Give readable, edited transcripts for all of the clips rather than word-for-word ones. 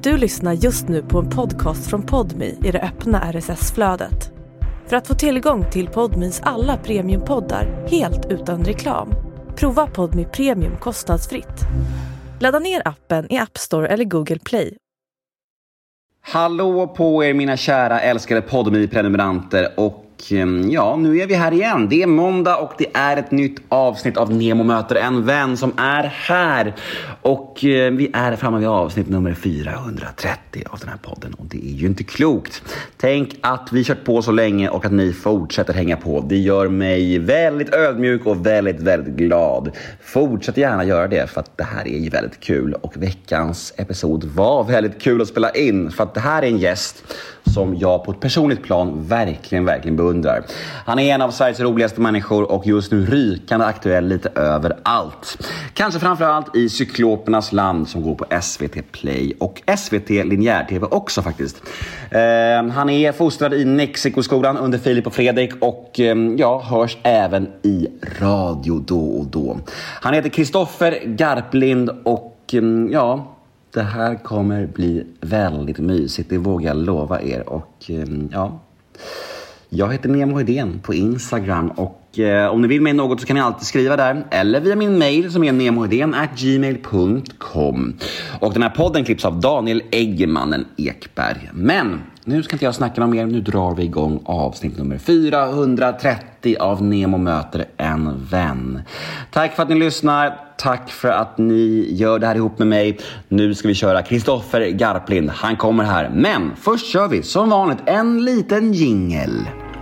Du lyssnar just nu på en podcast från Podme i det öppna RSS-flödet. För att få tillgång till Podmes alla premiumpoddar helt utan reklam, prova Podme Premium kostnadsfritt. Ladda ner appen i App Store eller Google Play. Hallå på er mina kära älskade Podme-prenumeranter och ja, nu är vi här igen. Det är måndag och det är ett nytt avsnitt av Nemo möter en vän som är här. Och vi är framme vid avsnitt nummer 430 av den här podden och det är ju inte klokt. Tänk att vi kört på så länge och att ni fortsätter hänga på. Det gör mig väldigt ödmjuk och väldigt, väldigt glad. Fortsätt gärna göra det för att det här är ju väldigt kul. Och veckans episod var väldigt kul att spela in för att det här är en gäst som jag på ett personligt plan verkligen beundrar. Han är en av Sveriges roligaste människor och just nu rykande aktuell lite överallt. Kanske framförallt i Cyklopernas land som går på SVT Play och SVT Linjär-TV också faktiskt. Han är fostrad i Mexikoskolan under Filip och Fredrik och hörs även i radio då och då. Han heter Kristoffer Garplind och det här kommer bli väldigt mysigt, det vågar jag lova er. Och jag heter Nemo Hedén på Instagram och om ni vill med något så kan ni alltid skriva där. Eller via min mail som är nemohedén@gmail.com. Och den här podden klipps av Daniel Eggemannen Ekberg. Men nu ska inte jag snacka om mer, nu drar vi igång avsnitt nummer 430 av Nemo möter en vän. Tack för att ni lyssnar, tack för att ni gör det här ihop med mig. Nu ska vi köra Kristoffer Garplind, han kommer här. Men först kör vi som vanligt en liten jingle.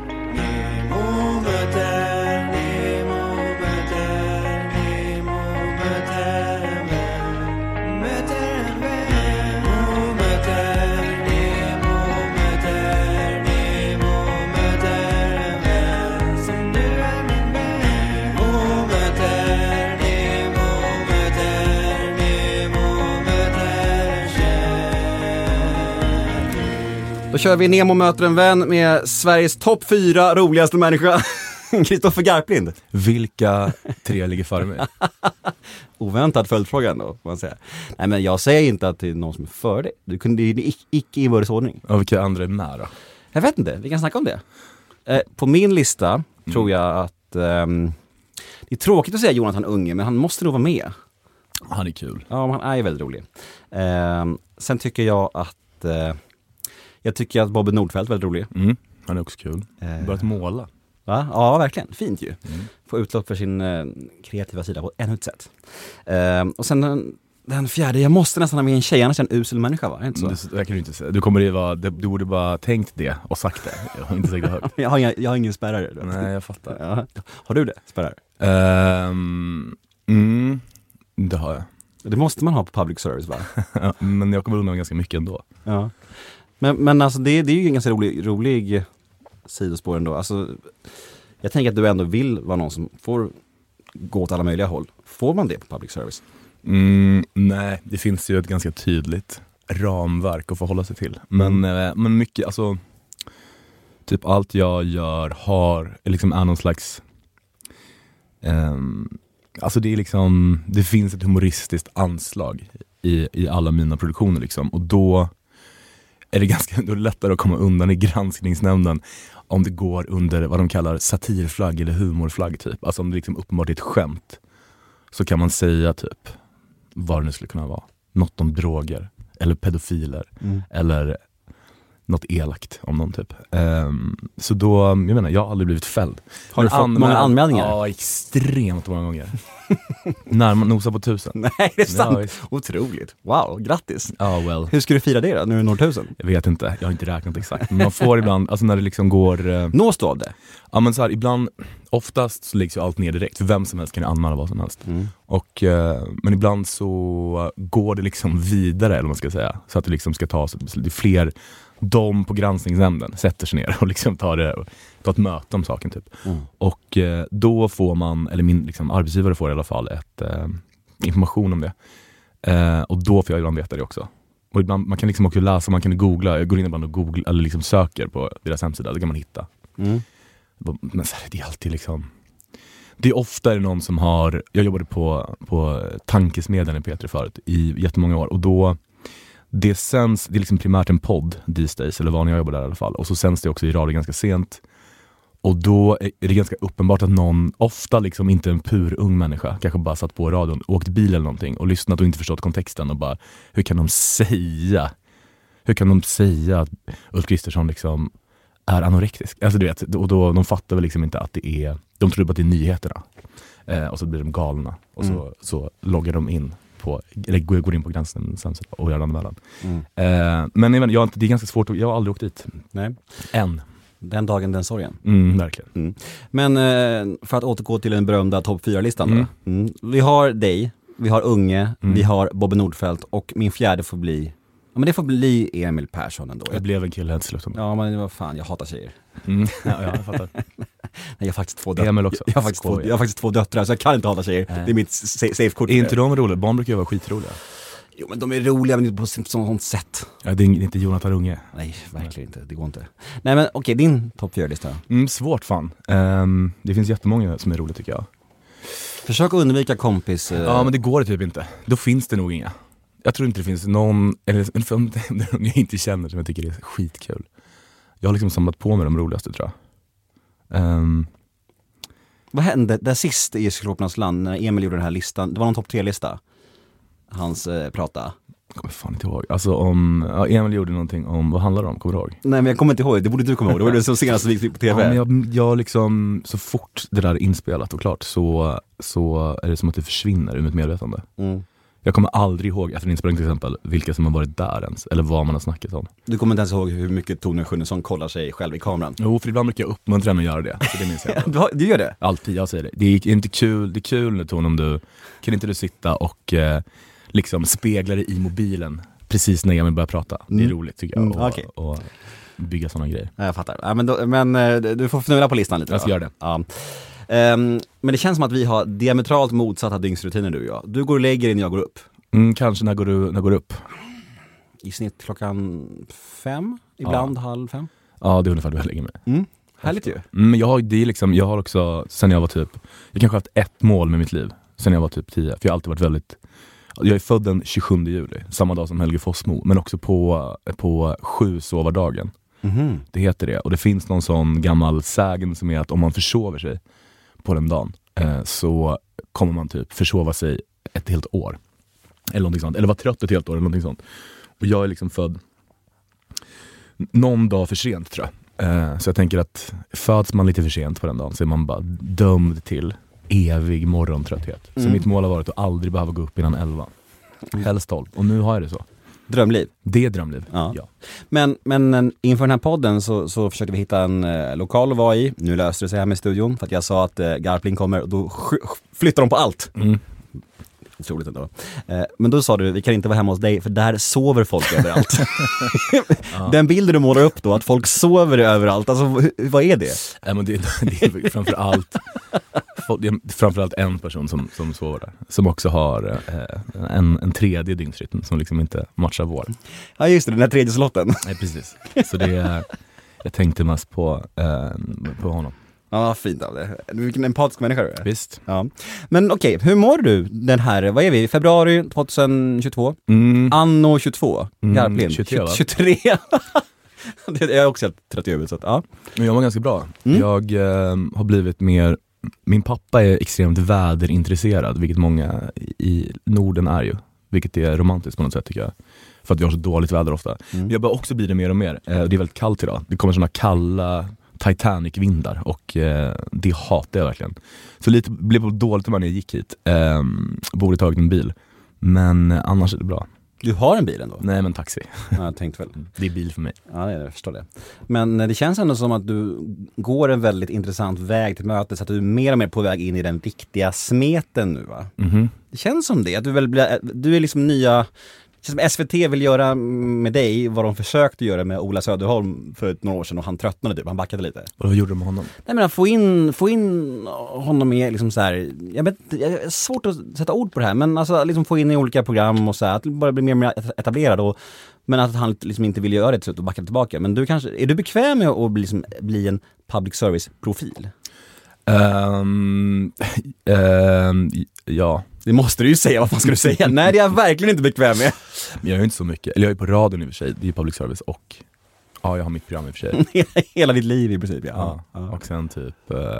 Då kör vi Nemo möter en vän med Sveriges topp 4 roligaste människa, Kristoffer Garplind. Vilka 3 ligger före mig? Oväntad följdfråga ändå, får man säga. Nej, men jag säger inte att det är någon som är före dig. Du kunde ju icke inbördesordning. Och vilka andra är med då? Jag vet inte, vi kan snacka om det. På min lista tror jag att det är tråkigt att säga Jonathan Unge, men han måste nog vara med. Han är kul. Ja, han är ju väldigt rolig. Sen tycker jag att Bobby Nordfeldt är väldigt rolig. Han är också kul. Börjat måla. Va? Ja, verkligen. Fint ju. Få utlopp för sin kreativa sida på ännu ett sätt. Och sen den fjärde, jag måste nästan ha med en tjej, annars är en usel människa, va? Inte så? Det kan du inte säga. Du borde bara tänkt det och sagt det. Jag har inte sagt det högt. jag har ingen spärrare. Då. Nej, jag fattar. Ja. Har du det? Spärrare? Det har jag. Det måste man ha på public service, va? Ja, men jag kommer undan ganska mycket ändå. Ja. Men alltså det är ju en ganska rolig sidospår ändå. Alltså, jag tänker att du ändå vill vara någon som får gå åt alla möjliga håll. Får man det på public service? Nej, det finns ju ett ganska tydligt ramverk att förhålla sig till. Men mycket, alltså typ allt jag gör är någon slags alltså det är liksom, det finns ett humoristiskt anslag i alla mina produktioner liksom. Och då är det lättare att komma undan i granskningsnämnden om det går under vad de kallar satirflagg eller humorflagg typ. Alltså om det liksom uppenbart är ett skämt så kan man säga typ vad det nu skulle kunna vara. Något om droger eller pedofiler eller något elakt om någon typ. Så då, jag menar, jag har aldrig blivit fälld. Har du fått många anmälningar? Ja, extremt många gånger. När man nosar på 1000. Nej, det är sant. Ja, otroligt. Wow, grattis. Ja, well. Hur ska du fira det då? Nu är det når 1000? Jag vet inte, jag har inte räknat exakt. Men man får ibland, alltså när det liksom går... Nås du av det? Ja, men så här, ibland, oftast så läggs ju allt ner direkt. För vem som helst kan ju anmäla vad som helst. Och, men ibland så går det liksom vidare, eller vad man ska säga. Så att det liksom ska tas ett beslut. Det är fler, de på granskningsnämnden sätter sig ner och liksom tar ett möte om saken typ. Och då får man, eller min liksom, arbetsgivare får i alla fall information om det. Och då får jag ibland veta det också. Och ibland, man kan liksom också läsa, man kan googla. Jag går in ibland och googlar, eller liksom söker på deras hemsida, det kan man hitta. Men så här, det är alltid liksom... Det är ofta någon som har... Jag jobbade på Tankesmedjan i P3 förut i jättemånga år. Och då det sänds, det är liksom primärt en podd these days, eller vad när jag jobbar där i alla fall. Och så sänds det också i radio ganska sent. Och då är det ganska uppenbart att någon, ofta liksom inte en pur ung människa, kanske bara satt på radion, åkt bil eller någonting och lyssnat och inte förstått kontexten och bara, hur kan de säga att Ulf Kristersson liksom är anorektisk? Alltså du vet, och då, de fattar väl liksom inte att det är, de tror bara att det är nyheterna. Och så blir de galna. Och så loggar de in på, eller går in på gränsen och gör anmälan. Men det är ganska svårt, jag har aldrig åkt dit. Nej. Än. Den dagen, den sorgen. Verkligen. Men för att återgå till den berömda topp 4-listan då. Vi har dig, vi har Unge, vi har Bobby Nordfeldt och min fjärde får bli, ja men det får bli Emil Persson ändå. Jag blev en kille helt slut. Ja men vad fan, jag hatar tjejer. Ja, jag fattar. Jag har faktiskt två döttrar. Emil också. Jag har faktiskt två döttrar så jag kan inte hata tjejer. Det är mitt safe-kort. Är inte de roliga? Barn brukar ju vara skitroliga. Jo men de är roliga men inte på sånt sätt. Ja, det är inte Jonathan Unge. Nej, verkligen inte. Det går inte. Nej men okej, din topp 4-lista. Svårt fan. Det finns jättemånga som är roliga tycker jag. Försök att undvika kompis. Ja men det går typ inte. Då finns det nog inga. Jag tror inte det finns någon, eller jag inte känner som jag tycker det är skitkul. Jag har liksom samlat på mig de roligaste tror jag. Vad hände där sist i Skråpornas land när Emil gjorde den här listan? Det var någon topp 3-lista. Hans prata. Jag kommer fan inte ihåg. Alltså Emil gjorde någonting om, vad handlar det om? Kommer du ihåg? Nej men jag kommer inte ihåg, det borde du komma ihåg. Det var det som senast vi gick på tv. Ja, men jag liksom, så fort det där är inspelat och klart så är det som att det försvinner ur mitt medvetande. Jag kommer aldrig ihåg efter en inspelning till exempel vilka som har varit där ens, eller vad man har snackat om. Du kommer inte ens ihåg hur mycket Tone Schunnesson kollar sig själv i kameran? Jo, för ibland brukar jag uppmuntra henne att göra det. Så det minns jag. Du gör det? Alltid, jag säger det. Det är inte kul, det är kul när Tone, om du kan inte du sitta och liksom spegla dig i mobilen precis när jag börjar prata. Det är roligt tycker jag. Och bygga sådana grejer. Jag fattar. Ja, men du får fnula på listan lite. Jag ska göra det. Ja. Men det känns som att vi har diametralt motsatta dygnsrutiner du och jag. Du går och lägger innan jag går upp. Kanske när går du upp? I snitt 5:00, ibland 4:30. Ja, det är ungefär då jag lägger mig. Härligt ju. Jag har också, sen jag var typ, jag kanske haft ett mål med mitt liv sen jag var typ 10, för jag har alltid varit väldigt, jag är född den 27 juli, samma dag som Helge Fossmo, men också på 7 sovardagen. Det heter det, och det finns någon sån gammal sägen som är att om man försover sig på den dagen så kommer man typ försova sig ett helt år eller någonting sånt, eller vara trött ett helt år eller någonting sånt. Och jag är liksom född någon dag för sent tror jag. Så jag tänker att föds man lite för sent på den dagen så är man bara dömd till evig morgontrötthet. Så mitt mål har varit att aldrig behöva gå upp innan 11. Helst 12. Och nu har jag det så. Drömliv. Det är drömliv, ja. Men inför den här podden så försökte vi hitta en lokal att vara i. Nu löste det sig här med studion för att jag sa att Garpling kommer och då flyttar de på allt. Otroligt ändå. Men då sa du, vi kan inte vara hemma hos dig för där sover folk överallt. Den bilden du målar upp då, att folk sover överallt, alltså vad är det? Men det är framförallt en person som sover där. Som också har en tredje dygnsrytm som liksom inte matchar vår. Ja just det, den här tredje slotten. Nej precis. Så jag tänkte mest på honom. Ja, vad fint av det. Vilken empatisk människa du är. Visst. Ja. Men okej, hur mår du den här, vad är vi, februari 2022? Anno 22, Garpling. 23 va? 23. Jag är också helt trött i huvudet så att, ja. Men jag var ganska bra. Jag har blivit mer, min pappa är extremt väderintresserad, vilket många i Norden är ju. Vilket är romantiskt på något sätt tycker jag. För att vi har så dåligt väder ofta. Men jag börjar också bli det mer och mer. Det är väldigt kallt idag. Det kommer såna kalla Titanic-vindar och det hatar jag verkligen. Så lite blev dåligt när jag gick hit. Borde tagit en bil. Men annars är det bra. Du har en bil ändå? Nej, men taxi. Ja, jag tänkte väl. Det är bil för mig. Ja, jag förstår det. Men det känns ändå som att du går en väldigt intressant väg till mötet så att du är mer och mer på väg in i den riktiga smeten nu va? Det känns som det. Att du är liksom nya... Som SVT vill göra med dig vad de försökte göra med Ola Söderholm för några år sedan och han tröttnade typ, han backade lite. Och vad gjorde de med honom? Nej men få in honom med liksom så här, jag vet, det är svårt att sätta ord på det här men alltså liksom få in i olika program och så här, att bara bli mer och mer etablerad och, men att han liksom inte vill göra det så att backa tillbaka. Men du kanske, är du bekväm med att bli en public service profil? Ja. Det måste du ju säga, vad fan ska du säga? Nej, det är jag verkligen inte bekväm med. Men jag gör inte så mycket, eller jag är på radion i och för sig, det är public service och ja, jag har mitt program i och för sig. Hela ditt liv i princip, ja. Och sen typ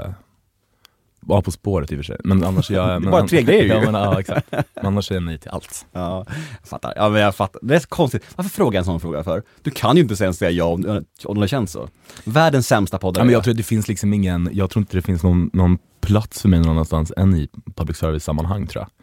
På spåret i och för sig. Men annars jag... bara 3 grejer ju. Ja, exakt. Men annars säger jag nej till allt. Ja, jag fattar. Ja, men jag fattar. Det är så konstigt. Varför frågar jag en sån fråga för? Du kan ju inte ens säga ja om det känns så. Världens sämsta poddare. Ja, men jag tror att det finns liksom jag tror inte det finns någon plats för mig någon annanstans än i public service-sammanhang, tror jag.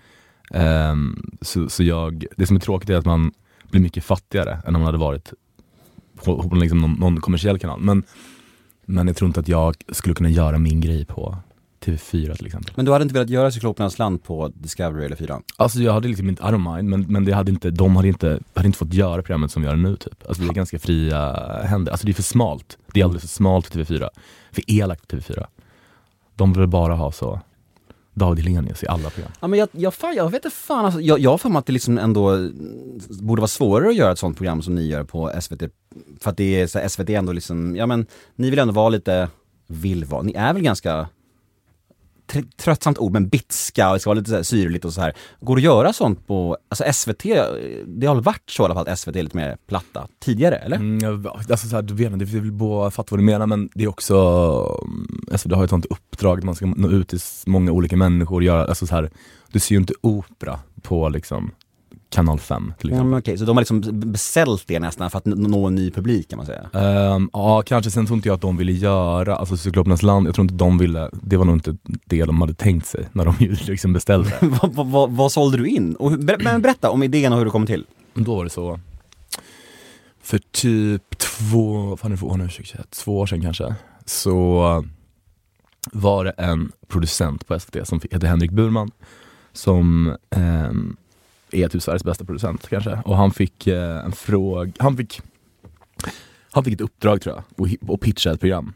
Det som är tråkigt är att man blir mycket fattigare än om man hade varit på liksom någon kommersiell kanal. Men jag tror inte att jag skulle kunna göra min grej på TV4 till exempel. Men du hade inte velat göra Cyklopernas land på Discovery eller 4? Alltså jag hade liksom inte, I don't mind, men det hade inte, de hade inte fått göra programmet som vi gör nu typ. Alltså det är ganska fria händer. Alltså det är för smalt. Det är alldeles för smalt för TV4. För elakt för TV4. De vill bara ha så David Hellenius i alla program. Ja, men jag vet inte fan. Alltså, jag har för mig att det liksom ändå borde vara svårare att göra ett sånt program som ni gör på SVT. För att det är så SVT ändå liksom, ja men ni vill ändå vara lite, ni är väl ganska tröttsamt ord, men bitska och det ska vara lite så här syrligt och så här. Går det att göra sånt på, alltså SVT, det har väl varit så i alla fall att SVT är lite mer platta tidigare, eller? Alltså så här, du vet, det vill bara fatta vad du menar, men det är också, SVT har ett sånt uppdrag att man ska nå ut till många olika människor och göra, alltså så här, du ser ju inte opera på liksom Kanal 5 till exempel. Okej, så de har liksom beställt det nästan för att nå en ny publik, kan man säga? Ja, kanske. Sen tror inte jag att de ville göra, alltså Cyklopernas land, jag tror inte de ville, det var nog inte det de hade tänkt sig när de liksom beställde. Vad sålde du in? Och berätta om idén och hur det kom till. Då var det så, för typ 2 år sedan kanske, så var det en producent på SVT som heter Henrik Burman, som är typ Sveriges bästa producent kanske. Och han fick en fråga, han fick ett uppdrag, tror jag, och pitcha ett program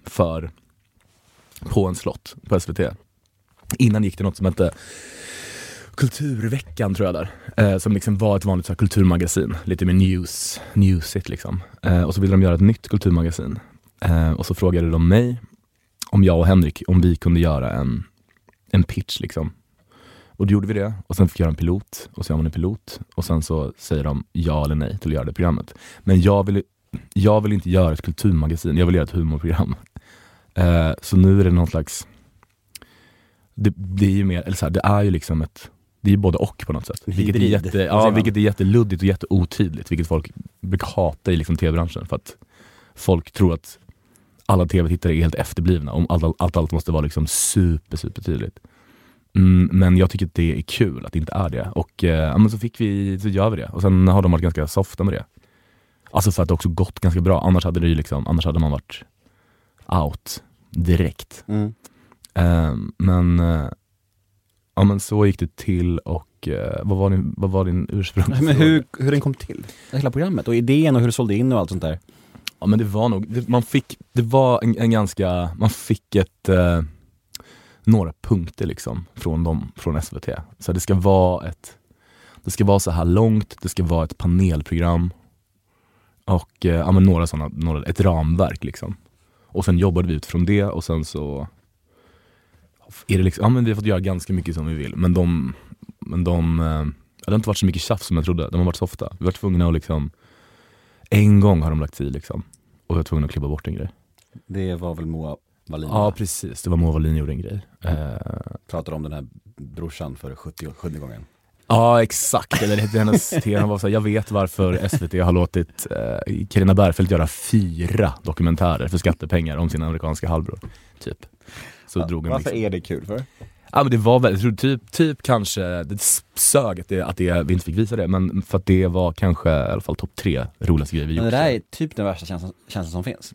på en slott på SVT. Innan gick det något som hette Kulturveckan, tror jag där. Som liksom var ett vanligt så här kulturmagasin. Lite mer newsigt liksom. Och så ville de göra ett nytt kulturmagasin. Och så frågade de mig, om jag och Henrik, om vi kunde göra en pitch liksom. Och då gjorde vi det. Och sen fick jag göra en pilot. Och så gör man en pilot. Och sen så säger de ja eller nej till att göra det programmet. Men jag vill inte göra ett kulturmagasin. Jag vill göra ett humorprogram. Så nu är det någon slags... Det är ju mer... Eller så här, det är ju liksom ett... Det är ju både och på något sätt. Vilket är jätteluddigt och jätteotydligt. Vilket folk brukar hata i liksom tv-branschen. För att folk tror att alla tv-tittare är helt efterblivna. Om allt måste vara liksom super tydligt. Men jag tycker att det är kul att det inte är det. Och men så gör vi det. Och sen har de varit ganska softa med det. Alltså för att det också gått ganska bra. Annars hade man varit out direkt. Men så gick det till. Och vad var din ursprung? Men hur den kom till? Hela programmet och idén och hur du sålde in och allt sånt där. Ja, men det var nog, man fick några punkter liksom från SVT. Så det ska vara så här långt, det ska vara ett panelprogram och ett ramverk liksom. Och sen jobbade vi utifrån det och sen så är det liksom, men vi har fått göra ganska mycket som vi vill, men de det har inte varit så mycket tjafs som jag trodde. De har varit så ofta. Vi var tvungna att liksom, en gång har de lagt i liksom, och vi var tvungna att klippa bort en grej. Det var väl Moa Wallin? Ja, precis. Det var Moa Wallin gjorde en grej. Pratade om den här brorsan för 70 gången. Ja, exakt. Eller hennes tema var så här, jag vet varför SVT har låtit Carina Bergfeldt göra 4 dokumentärer för skattepengar om sin amerikanska halvbror. Typ. Så drog varför liksom. Är det kul för? Ja, men det var väl, jag tror typ kanske det sög att vi inte fick visa det, men för att det var kanske i alla fall topp 3 roligaste grejer vi gjort. Men det där är typ den värsta känslan som finns.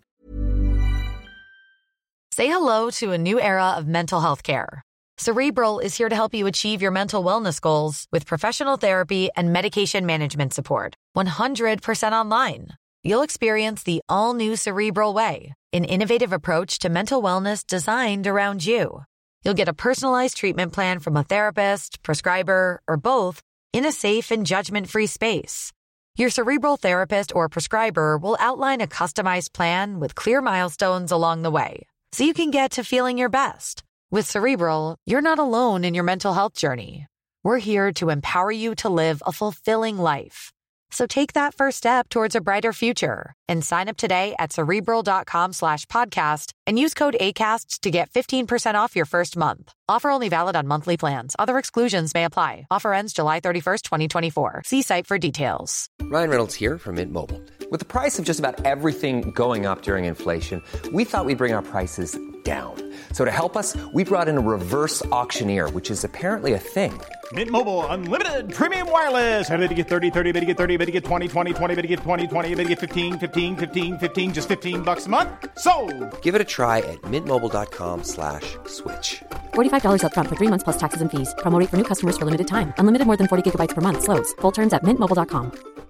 Say hello to a new era of mental health care. Cerebral is here to help you achieve your mental wellness goals with professional therapy and medication management support. 100% online. You'll experience the all-new Cerebral way, an innovative approach to mental wellness designed around you. You'll get a personalized treatment plan from a therapist, prescriber, or both in a safe and judgment-free space. Your Cerebral therapist or prescriber will outline a customized plan with clear milestones along the way, so you can get to feeling your best. With Cerebral, you're not alone in your mental health journey. We're here to empower you to live a fulfilling life. So take that first step towards a brighter future and sign up today at Cerebral.com/podcast and use code ACAST to get 15% off your first month. Offer only valid on monthly plans. Other exclusions may apply. Offer ends July 31st, 2024. See site for details. Ryan Reynolds here from Mint Mobile. With the price of just about everything going up during inflation, we thought we'd bring our prices down. So to help us, we brought in a reverse auctioneer, which is apparently a thing. Mint Mobile Unlimited Premium Wireless. How to get 30, 30, bit to get 30, bit to get 20, 20, 20, bit to get 20, 20, bit to get 15, 15, 15, 15, just $15 a month? Sold! Give it a try at mintmobile.com/switch. $45 up front for 3 months plus taxes and fees. Promo rate for new customers for limited time. Unlimited more than 40 gigabytes per month. Slows full terms at mintmobile.com.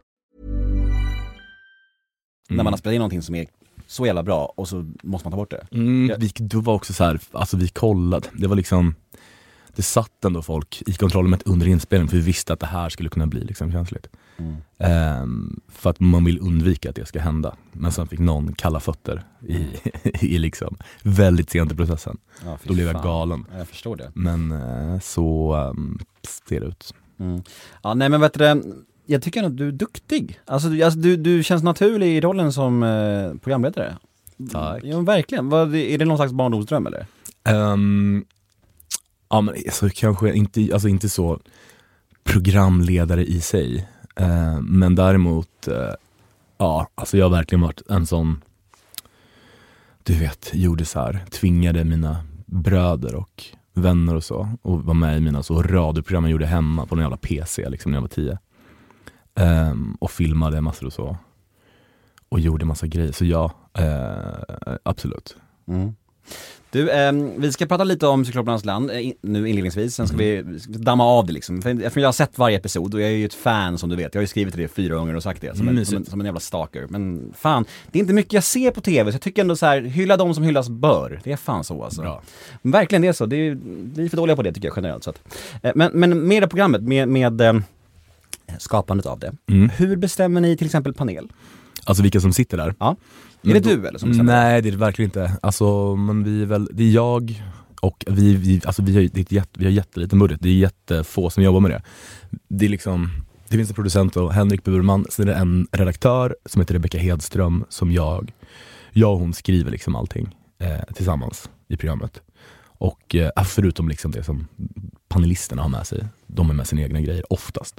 När man har spelat in någonting som är så jävla bra och så måste man ta bort det. Det var också så här, alltså vi kollade. Det var liksom, det satt ändå folk i kontrollrummet under inspelningen för vi visste att det här skulle kunna bli liksom känsligt. För att man vill undvika att det ska hända. Men sen fick någon kalla fötter i liksom väldigt sent i processen. Ja, då blev jag galen. Ja, jag förstår det. Men så ser det ut. Ja, nej men vet du, jag tycker att du är duktig. Alltså du känns naturlig i rollen som programledare. Tack. Ja, verkligen. Är det någon slags barndomsdröm eller? Ja, men alltså, kanske inte så programledare i sig. Men däremot ja, alltså jag har verkligen varit en sån, du vet, gjorde så här, tvingade mina bröder och vänner och så och var med i mina så radioprogram jag gjorde hemma på en jävla PC liksom när jag var 10. Och filmade massor och så. Och gjorde massa grejer. Så ja, absolut. Du, vi ska prata lite om Cyklopernas land nu inledningsvis. Sen ska vi damma av det liksom. För jag har sett varje episod och jag är ju ett fan som du vet. Jag har ju skrivit det 4 gånger och sagt det som en jävla stalker. Men fan, det är inte mycket jag ser på tv. Så jag tycker ändå så här, hylla de som hyllas bör. Det är fan så alltså. Bra. Men verkligen det är så. Vi är för dåliga på det tycker jag generellt. Så att, men med det programmet, med skapandet av det. Hur bestämmer ni till exempel panel? Alltså vilka som sitter där? Ja. Är det du eller som bestämmer? Nej, det är det verkligen inte. Alltså, men vi är väl, det är jag och vi har jätteliten budget. Det är jättefå som jobbar med det. Det är liksom, det finns en producent och Henrik Burman, sen är det en redaktör som heter Rebecca Hedström som jag och hon skriver liksom allting tillsammans i programmet. Och förutom liksom det som panelisterna har med sig, de är med sina egna grejer oftast.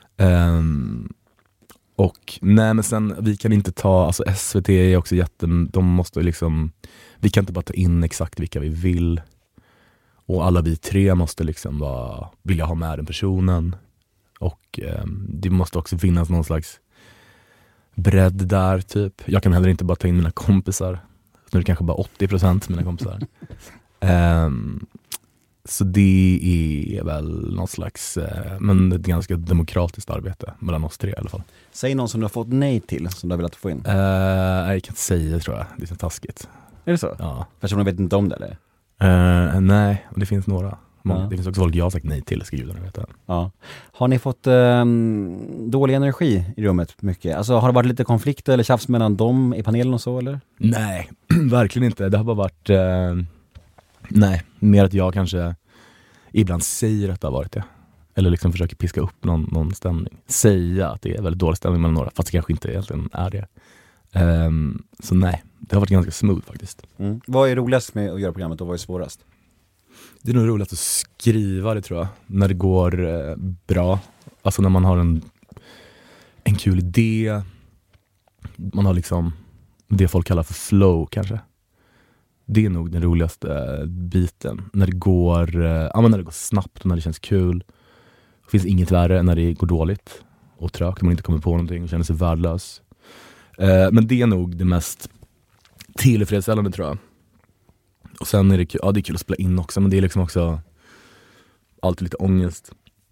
Och nej, men sen vi kan inte ta, alltså SVT är också de måste liksom, vi kan inte bara ta in exakt vilka vi vill. Och alla vi 3 måste liksom vilja ha med den personen. Och det måste också finnas någon slags bredd där typ. Jag kan heller inte bara ta in mina kompisar. Nu är det kanske bara 80% mina kompisar. Så det är väl någon slags, men ett ganska demokratiskt arbete mellan oss 3 i alla fall. Säg någon som du har fått nej till, som du har velat få in. Jag kan inte säga, tror jag. Det är så taskigt. Är det så? Ja. Personen vet inte om det, eller? Nej, det finns några. Det finns också folk jag har sagt nej till, ska gudarna veta. Ja. Har ni fått dålig energi i rummet mycket? Alltså har det varit lite konflikter eller tjafs mellan dem i panelen och så, eller? Nej, verkligen inte. Det har bara varit... Nej, mer att jag kanske ibland säger att det har varit det. Eller liksom försöker piska upp någon stämning. Säga att det är väldigt dålig stämning mellan några, fast det kanske inte egentligen är det. Så nej, det har varit ganska smooth faktiskt. Vad är roligast med att göra programmet och vad är svårast? Det är nog roligast att skriva det, tror jag. När det går bra. Alltså när man har en kul idé. Man har liksom det folk kallar för flow kanske. Det är nog den roligaste biten. När det går snabbt och när det känns kul. Det finns inget värre än när det går dåligt och trögt. Man inte kommer på någonting och känner sig värdelös. Men det är nog det mest tillfredsställande, tror jag. Och sen är det kul, det är kul att spela in också. Men det är liksom också alltid lite ångest.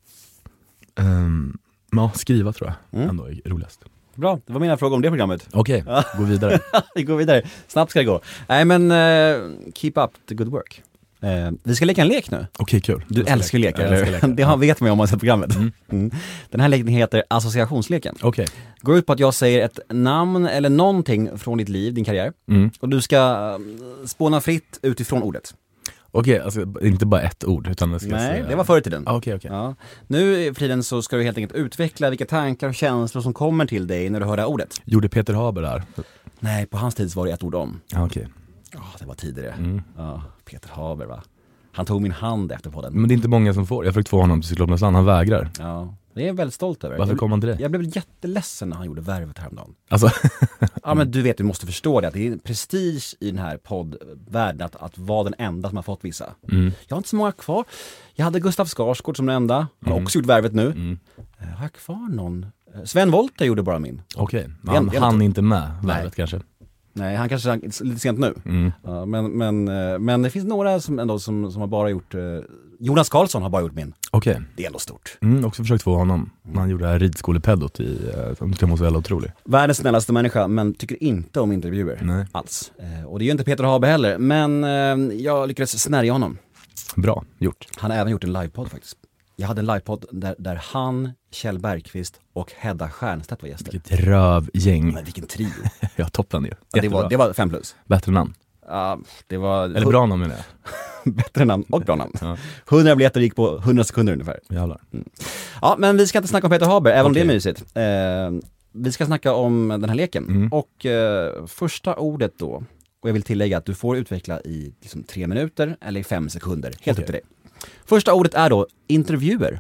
Men skriva tror jag ändå är roligast. Bra, det var mina frågor om det programmet. Okej, gå vidare. Vi går vidare, snabbt ska det gå. Nej men, keep up the good work. Vi ska leka en lek nu. Okej, kul. Du älskar lekar, eller? Det vet man ju om man ser programmet. Den här leken heter associationsleken. Okej. Går ut på att jag säger ett namn eller någonting från ditt liv, din karriär. Och du ska spåna fritt utifrån ordet. Okej, alltså inte bara ett ord utan det ska Nej, det var förr i tiden. Okej. Ja. Nu för tiden så ska du helt enkelt utveckla vilka tankar och känslor som kommer till dig när du hör det här ordet. Gjorde Peter Haber där? Nej, på hans tid var det ett ord om. Okej. Ja, det var tidigare. Ja, Peter Haber, va? Han tog min hand efter podden. Men det är inte många som får. Jag försökte få honom till Cyklopens land, han vägrar. Ja, det är jag väldigt stolt över. Varför kom han till det? Jag blev jätteledsen när han gjorde Värvet häromdagen. Alltså. Ja, men du vet, du måste förstå det, att det är prestige i den här poddvärlden att vara den enda som har fått vissa. Jag har inte så många kvar. Jag hade Gustav Skarsgård som den enda. Han har också gjort Värvet nu. Har jag kvar någon? Sven Wollter gjorde bara min. Okej, han inte med Värvet kanske. Nej, han kanske är lite sent nu. Ja, men det finns några som ändå som har bara gjort... Jonas Karlsson har bara gjort min. Okej. Det är ändå stort. Också försökt få honom. Han gjorde det här ridskolepeddot i som måste vara otrolig. Världens snällaste människa, men tycker inte om intervjuer. Nej. Alls. Och det är ju inte Peter Haber heller, men jag lyckades snärja honom. Bra gjort. Han har även gjort en livepodd faktiskt. Jag hade en livepodd där han, Kjell Bergqvist och Hedda Stiernstedt var gäster. Vilket rövgäng. Men vilken trio. Ja, toppen ju. Ja, det var 5+. Bättre namn. Ja, det var... Eller bra namn menar jag. Bättre namn och bra namn. Ja. 100 biljetter gick på 100 sekunder ungefär. Jävlar. Ja, men vi ska inte snacka om Peter Haber, även om det är mysigt. Vi ska snacka om den här leken. Och första ordet då, och jag vill tillägga att du får utveckla i liksom 3 minuter eller i 5 sekunder. Helt upp till dig. Första ordet är då intervjuer.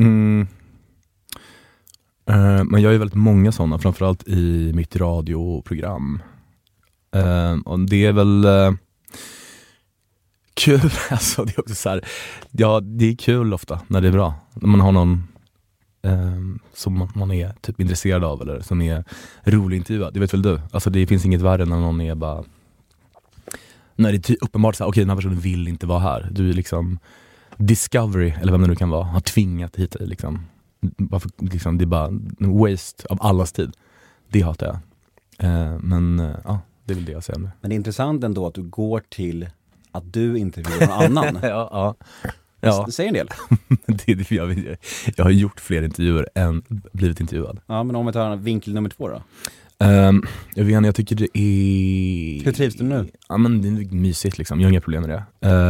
Men jag är väldigt många sådana, framförallt i mitt radioprogram. Och det är väl kul, alltså det är också så här, ja det är kul ofta när det är bra. När man har någon som man är typ intresserad av eller som är rolig intervjuad. Det vet väl du? Alltså det finns inget värre när någon är bara, när det är uppenbart så här, okej, den här personen vill inte vara här. Du är liksom Discovery, eller vem det nu kan vara, har tvingat hit dig liksom. Varför, liksom, det är bara en waste av allas tid. Det hatar jag. Men ja, det är väl det jag säger nu. Men det är intressant ändå att du går till att du intervjuar någon annan. Ja. Säg en del. Jag har gjort fler intervjuer än blivit intervjuad. Ja, men om vi tar vinkel nummer 2 då? Jag vet inte, jag tycker det är... Hur trivs du nu? Ja, men det är mysigt liksom. Jag har inga problem med det.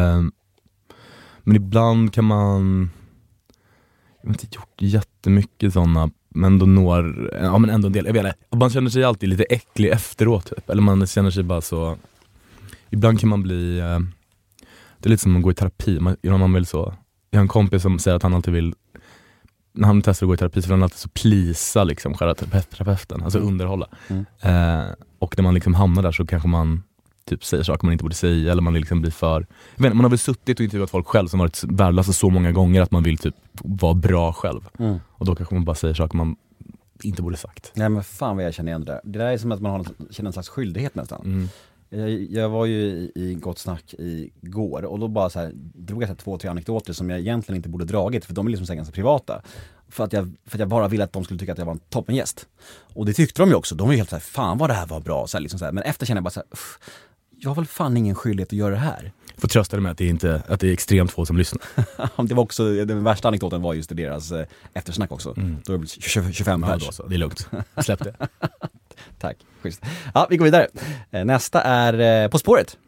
Men ibland kan man... Jag har inte gjort jättemycket sådana, men då men ändå en del. Jag vet inte, man känner sig alltid lite äcklig efteråt typ. Eller man känner sig bara så... Ibland kan man bli... Det är lite som att man går i terapi. Man vill så... Jag har en kompis som säger att han alltid vill... När han testar att gå i terapi så vill han alltid så plisa liksom, själva terapeuten. Alltså underhålla. Och när man liksom hamnar där så kanske man typ säger saker man inte borde säga. Eller man liksom blir för... Jag vet inte, man har väl suttit och intervjuat folk själv som varit värdelösa så många gånger att man vill typ vara bra själv. Och då kanske man bara säger saker man inte borde sagt. Nej, men fan vad jag känner igen det där. Det där är som att man känner en slags skyldighet nästan. Jag var ju i Gott Snack igår och då bara så här, drog jag 2-3 anekdoter som jag egentligen inte borde dragit, för de är liksom ganska privata. För att jag bara ville att de skulle tycka att jag var en toppengäst. Och det tyckte de ju också. De var ju helt så här, fan vad det här var bra. Så här, liksom så här. Men efter kände jag bara så här, jag har väl fan ingen skyldighet att göra det här. Får trösta dig med att det är extremt få som lyssnar. Det var också, den värsta anekdoten var just deras eftersnack också. Då är det 25 pers. Ja, det är lugnt. Släpp det. Tack, schysst. Ja, vi går vidare. Nästa är På spåret.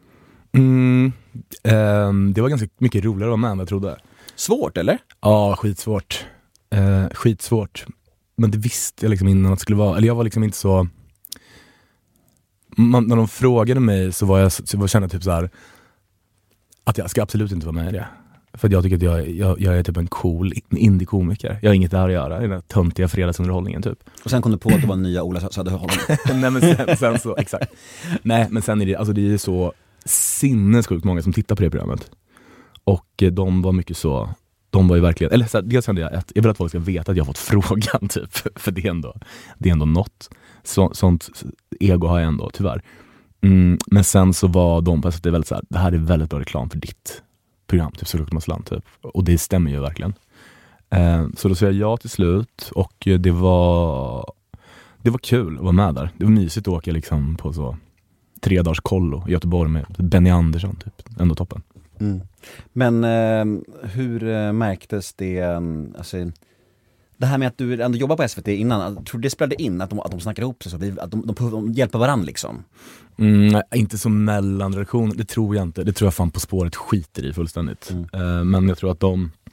Det var ganska mycket roligare att vara med än jag trodde. Svårt, eller? Ja, skitsvårt. Skitsvårt. Men det visste jag liksom innan att det skulle vara. Eller jag var liksom inte så... när de frågade mig så kände jag typ så här att jag ska absolut inte vara med i det. För att jag tycker att jag är typ en cool indie-komiker. Jag har inget där att göra i den där töntiga fredagsunderhållningen typ. Och sen kom du på att det var nya Ola Söderholm. Nej, men sen så, exakt. Nej, men sen är det, alltså det är så sinnessjukt många som tittar på det programmet. Och de var mycket så, de var ju verkligen, eller så här, dels kände jag att jag vill att folk ska veta att jag har fått frågan typ. För det är ändå något. Sånt ego har jag ändå, tyvärr. Men sen så var de på att det är väldigt så här, det här är väldigt bra reklam för ditt program, typ Cyklopens land typ. Och det stämmer ju verkligen. Så då sa jag ja till slut och det var kul att vara med där. Det var mysigt att åka liksom på så 3 dagars kollo i Göteborg med Benny Andersson typ. Ändå toppen. Men hur märktes det, alltså, Det här med att du ändå jobbar på SVT innan, jag tror det spelade in att de snackar ihop sig så att de hjälper varandra liksom. Inte som mellanredaktion, det tror jag inte. Det tror jag fan På spåret skiter i fullständigt. Men jag tror att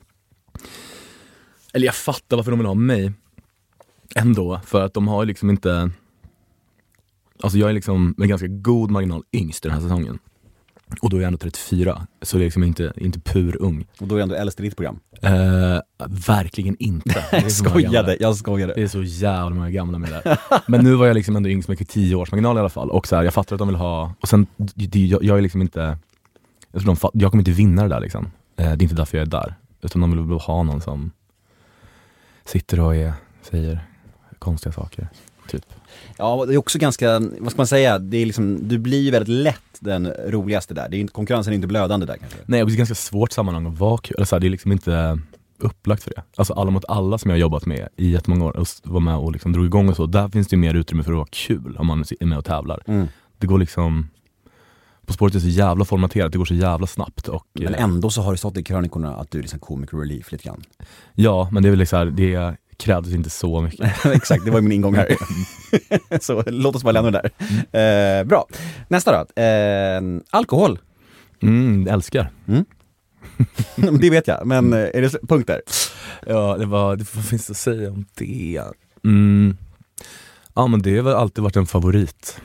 eller jag fattar varför de vill ha mig ändå, för att de har liksom inte, alltså jag är liksom med ganska god marginal yngst i den här säsongen. Och då är jag ändå 34, så det är liksom inte pur ung. Och då är jag ändå äldst i ditt program. Verkligen inte. Jag skojade. Det är så jävla många gamla med det. Men nu var jag liksom ändå yngst med 10 års marginal i alla fall. Och så här, jag fattar att de vill ha, och sen jag är liksom inte, jag kommer inte vinna det där liksom. Det är inte därför jag är där, utan de vill ha någon som sitter och säger konstiga saker typ. Ja, det är också ganska, vad ska man säga, det är liksom, du blir ju väldigt lätt den roligaste där. Det är inte, konkurrensen är inte blödande där kanske. Nej, det är ganska svårt sammanhang att vara kul. Eller så här, det är liksom inte upplagt för det. Alltså Alla mot alla som jag har jobbat med i jättemånga år och var med och liksom drog igång och så, där finns det ju mer utrymme för att vara kul om man är med och tävlar. Det går liksom, På spåret är så jävla formaterat, det går så jävla snabbt. Och, men ändå så har det stått i krönikorna att du är liksom comic relief lite grann. Ja, men det är väl liksom, det krävdes inte så mycket. Exakt, det var min ingång här. Så låt oss bara lämna det där. Bra. Nästa då. Alkohol. Älskar. Det vet jag, men är det punkt där? Ja, vad finns det att säga om det? Ja, men det har väl alltid varit en favorit.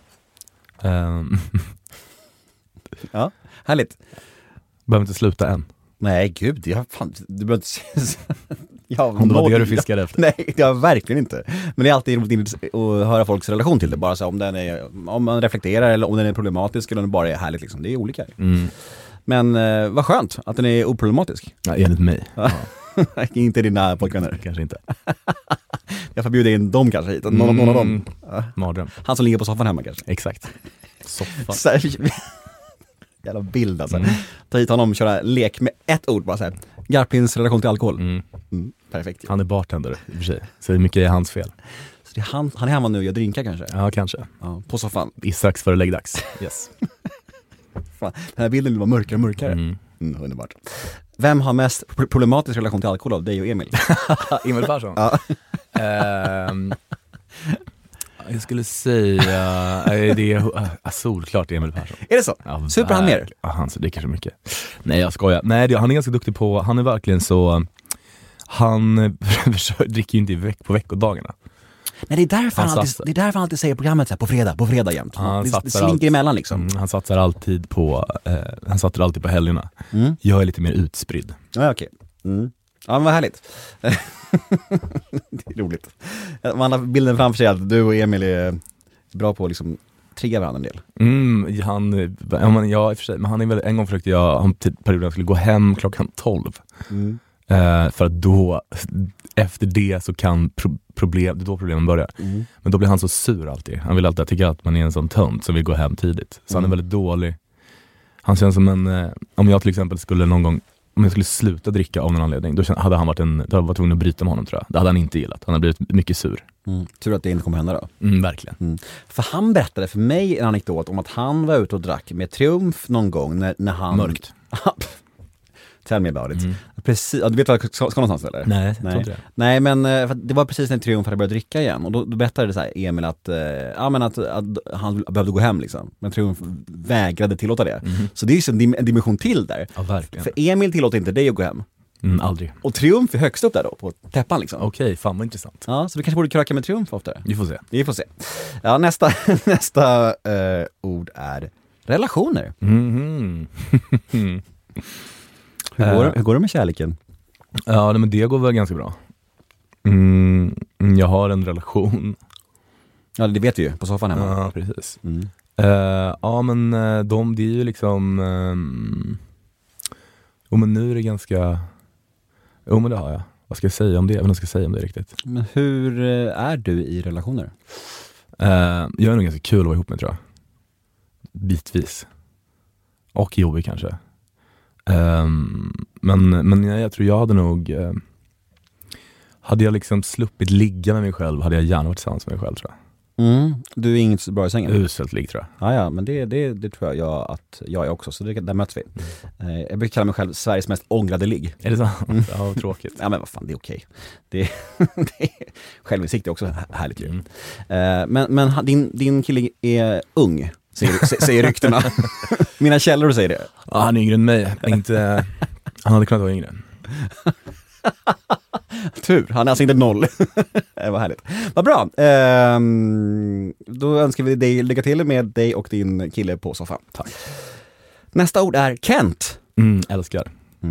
Ja, härligt. Behöver inte sluta än. Nej, gud, du behöver inte... Om det var det du fiskade efter. Nej, det har verkligen inte. Men det är alltid roligt att höra folks relation till det. Bara så om man reflekterar eller om den är problematisk eller om den bara är härligt liksom. Det är olika. Men vad skönt att den är oproblematisk. Ja, enligt mig. Ja. Inte dina pojkvänner. Kanske inte. Jag får bjuda in dem kanske hit. Någon av dem. Mardröm. Han som ligger på soffan hemma kanske. Exakt. Soffan. Jävla bild alltså. Ta hit honom och köra lek med ett ord bara så här. Garplins relation till alkohol. Perfekt. Han är bartender i och för sig. Så det är mycket hans fel. Så det är han är hemma nu och gör drinkar kanske? Ja, kanske. Ja, på soffan. Strax före läggdags. Yes. Fan, den här bilden var mörkare och mörkare. Underbart. Vem har mest problematisk relation till alkohol av dig och Emil? Emil Persson? Ja. Jag skulle säga det är solklart Emil Persson. Är det så? Ja, super han mer? Ja, det är kanske mycket. Nej, jag skojar. Nej, han är ganska duktig på, han är verkligen så, han dricker ju inte på veckodagarna. Nej, det är därför han alltid säger programmet så här, på fredag jämt. Det slinker emellan liksom. Han satsar alltid på helgerna. Jag är lite mer utspridd. Ja, okej. Ja, men vad härligt. Det är roligt. Man har bilden framför sig att du och Emil är bra på att liksom trigga varandra en del. Ja, i och för sig. Men han är väl, en gång försökte jag perioden skulle gå hem klockan 12. För att då, efter det så kan problemen börjar. Men då blir han så sur alltid. Han vill alltid tycka att man är en sån tönt som vill gå hem tidigt. Så han är väldigt dålig. Han känns som om jag till exempel skulle någon gång, om jag skulle sluta dricka av någon anledning, då hade han varit tvungen att bryta med honom, tror jag. Det hade han inte gillat. Han hade blivit mycket sur. Tur att det inte kommer hända då. Verkligen. För han berättade för mig en anekdot om att han var ute och drack med Triumf någon gång när han... Mörkt. Tell me about it. Precis, du vet vad jag ska någonstans eller? Nej, jag tror inte det. Nej, men för det var precis när Triumf hade börjat dricka igen. Och då berättade det så här, Emil att han behövde gå hem liksom. Men Triumf vägrade tillåta det. Så det är ju en dimension till där. Ja, verkligen. För Emil tillåter inte dig att gå hem. Aldrig. Och Triumf är högst upp där då, på täppan liksom. Okej, fan vad intressant. Ja, så vi kanske borde kröka med Triumf oftare. Vi får se. Ja, nästa ord är relationer. Hur går det med kärleken? Ja, men det går väl ganska bra. Jag har en relation. Ja, det vet vi ju på soffan hemma. Ja, precis. Ja, men det är ju liksom... men nu är det ganska... men det har jag. Vad ska jag säga om det? Jag ska säga om det riktigt. Men hur är du i relationer? Jag är nog ganska kul att vara ihop med, tror jag. Bitvis. Och jobbig kanske. Men jag tror jag hade nog... hade jag liksom sluppit ligga med mig själv, hade jag gärna varit tillsammans med mig själv, tror jag. Du är inget så bra i sängen. Uselt ligg tror jag. Ja, men det tror jag att jag är också, så där möts vi. Jag brukar kalla mig själv Sveriges mest ångrade ligg. Är det så? Ja, tråkigt. Ja, men vad fan, det är okej. Det är självinsikt är också härligt ju. Men din kille är ung, säger ryktena. Mina källor säger det. Ja, han är yngre än mig. Han hade kunnat vara yngre. Tur, han är alltså inte 0. Det var härligt. Vad bra. Då önskar vi dig lycka till med dig och din kille på soffan. Tack. Nästa ord är Kent. Älskar.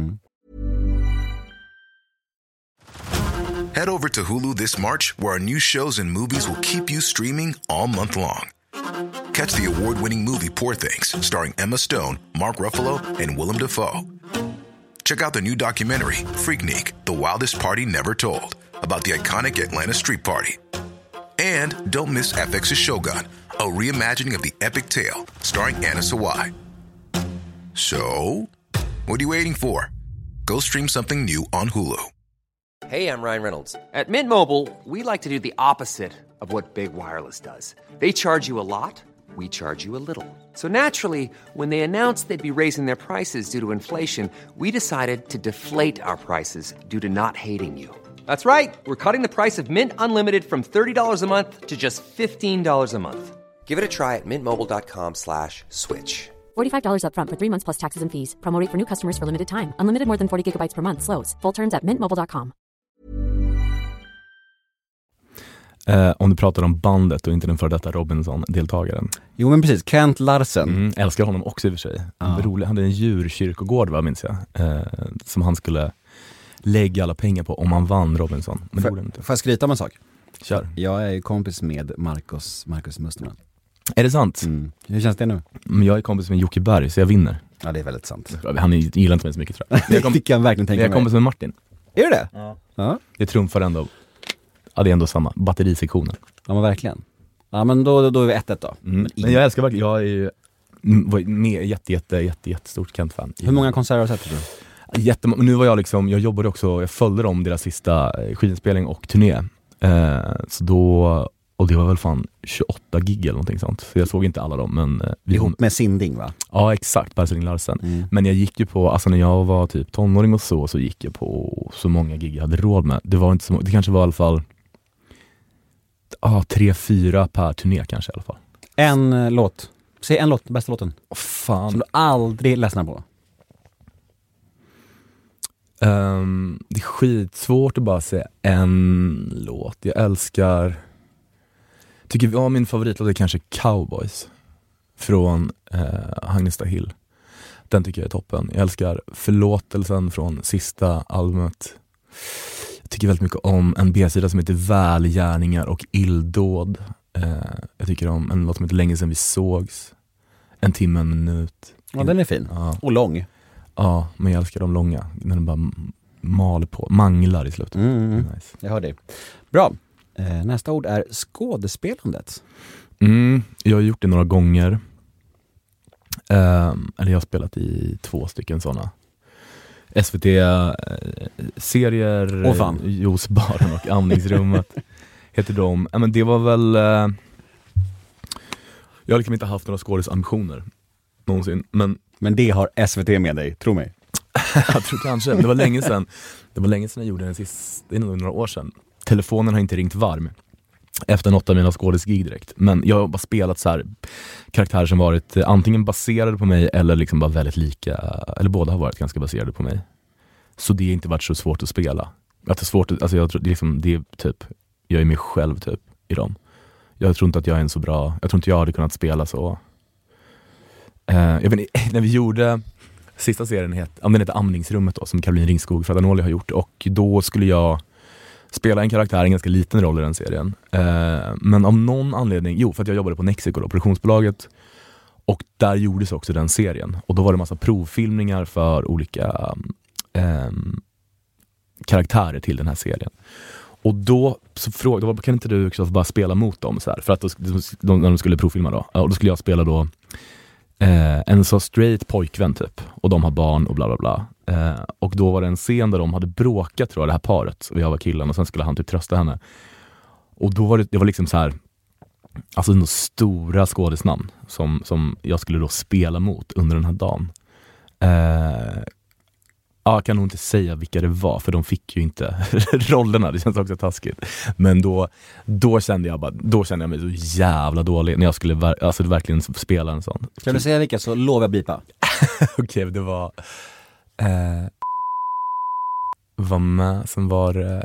Head over to Hulu this March, where our new shows and movies will keep you streaming all month long. Catch the award-winning movie Poor Things, starring Emma Stone, Mark Ruffalo, and Willem Dafoe. Check out the new documentary, Freaknik, The Wildest Party Never Told, about the iconic Atlanta Street Party. And don't miss FX's Shogun, a reimagining of the epic tale, starring Anna Sawai. So, what are you waiting for? Go stream something new on Hulu. Hey, I'm Ryan Reynolds. At Mint Mobile, we like to do the opposite of what Big Wireless does. They charge you a lot, we charge you a little. So naturally, when they announced they'd be raising their prices due to inflation, we decided to deflate our prices due to not hating you. That's right. We're cutting the price of Mint Unlimited from $30 a month to just $15 a month. Give it a try at mintmobile.com/switch. $45 up front for 3 months plus taxes and fees. Promo rate for new customers for limited time. Unlimited more than 40 gigabytes per month. Slows full terms at mintmobile.com. Om du pratar om bandet och inte den för detta Robinson-deltagaren. Jo, men precis. Kent Larsen. Älskar honom också i och för sig. Rolig. Han hade en djurkyrkogård, minns jag. Som han skulle lägga alla pengar på om han vann Robinson. Men får jag skryta om en sak? Kör. Jag är ju kompis med Marcus Musterman. Är det sant? Hur känns det nu? Men jag är kompis med Jocke Berg, så jag vinner. Ja, det är väldigt sant. Han gillar inte mig så mycket, tror jag. Det kan jag verkligen tänka mig. Jag är kompis med Martin. Är du det? Ja. Det trumfar ändå. Ja, det är ändå samma. Batterisektionen. Ja, men verkligen. Ja, men då är vi 1-1 då. Men jag älskar verkligen. Jag är ju jättestort Kent-fan. Hur många konserter har du sett? Men nu var jag jag jobbade också, jag följde dem deras sista skidinspelning och turné. Så då, och det var väl fan 28 gig eller någonting sånt. Så jag såg inte alla dem, men ihop med Sinding, va? Ja, exakt, Berseling Larsen. Men jag gick ju på, alltså när jag var typ tonåring och så gick jag på så många gig jag hade råd med. Det var inte så, det kanske var i alla fall 3-4 per turné kanske i alla fall. En låt. Säg en låt, bästa låten. Fan. Som du aldrig ledsnar på. Det är skitsvårt att bara säga en låt. Jag älskar, tycker min favoritlåt är kanske Cowboys från Agnesta Hill. Den tycker jag är toppen. Jag älskar Förlåtelsen från sista albumet. Jag tycker väldigt mycket om en B-sida som heter Välgärningar och illdåd. Jag tycker om en låt som heter Länge sedan vi sågs. En timme, en minut. Ja, den är fin. Ja. Och lång. Ja, men jag älskar de långa. När de bara maler på, manglar i slutet. Nice. Jag hör det. Bra. Nästa ord är skådespelandet. Jag har gjort det några gånger. Eller jag har spelat i 2 stycken sådana SVT-serier. Juicebaren och Amningsrummet heter de. Men det var väl jag har liksom inte haft några skådesambitioner någonsin, men det har SVT med dig, tro mig. Jag tror kanske. Det var länge sedan jag gjorde den sist. Det är nog några år sedan. Telefonen har inte ringt varm efter något av mina skådesgig direkt. Men jag har bara spelat så här karaktärer som varit antingen baserade på mig eller liksom bara väldigt lika, eller båda har varit ganska baserade på mig. Så det har inte varit så svårt att spela. Att det är svårt, alltså jag tror det är typ, jag är mig själv typ i dem. Jag tror inte att jag är en så bra, jag tror inte jag hade kunnat spela så. Jag vet inte, när vi gjorde sista serien den heter Amningsrummet då, som Caroline Ringskog för Adanoli har gjort, och då skulle jag spela en karaktär, en ganska liten roll i den serien. Men av någon anledning, för att jag jobbade på Nexico då, produktionsbolaget, och där gjordes också den serien. Och då var det massa provfilmningar för olika karaktärer till den här serien. Och då så frågade, kan inte du också bara spela mot dem så här? För att när de skulle provfilma då, och då skulle jag spela då en så straight pojkvän typ, och de har barn och bla bla bla. Och då var det en scen där de hade bråkat, tror jag, det här paret, och jag var killen, och sen skulle han typ trösta henne. Och då var det var liksom så här, alltså några stora skådesnamn som jag skulle då spela mot under den här dagen. Jag kan nog inte säga vilka det var, för de fick ju inte rollerna, det känns också taskigt. Men då kände jag mig så jävla dålig när jag skulle verkligen spela en sån. Kan du säga vilka, så lovar jag bipa. Okej, det var med, sen var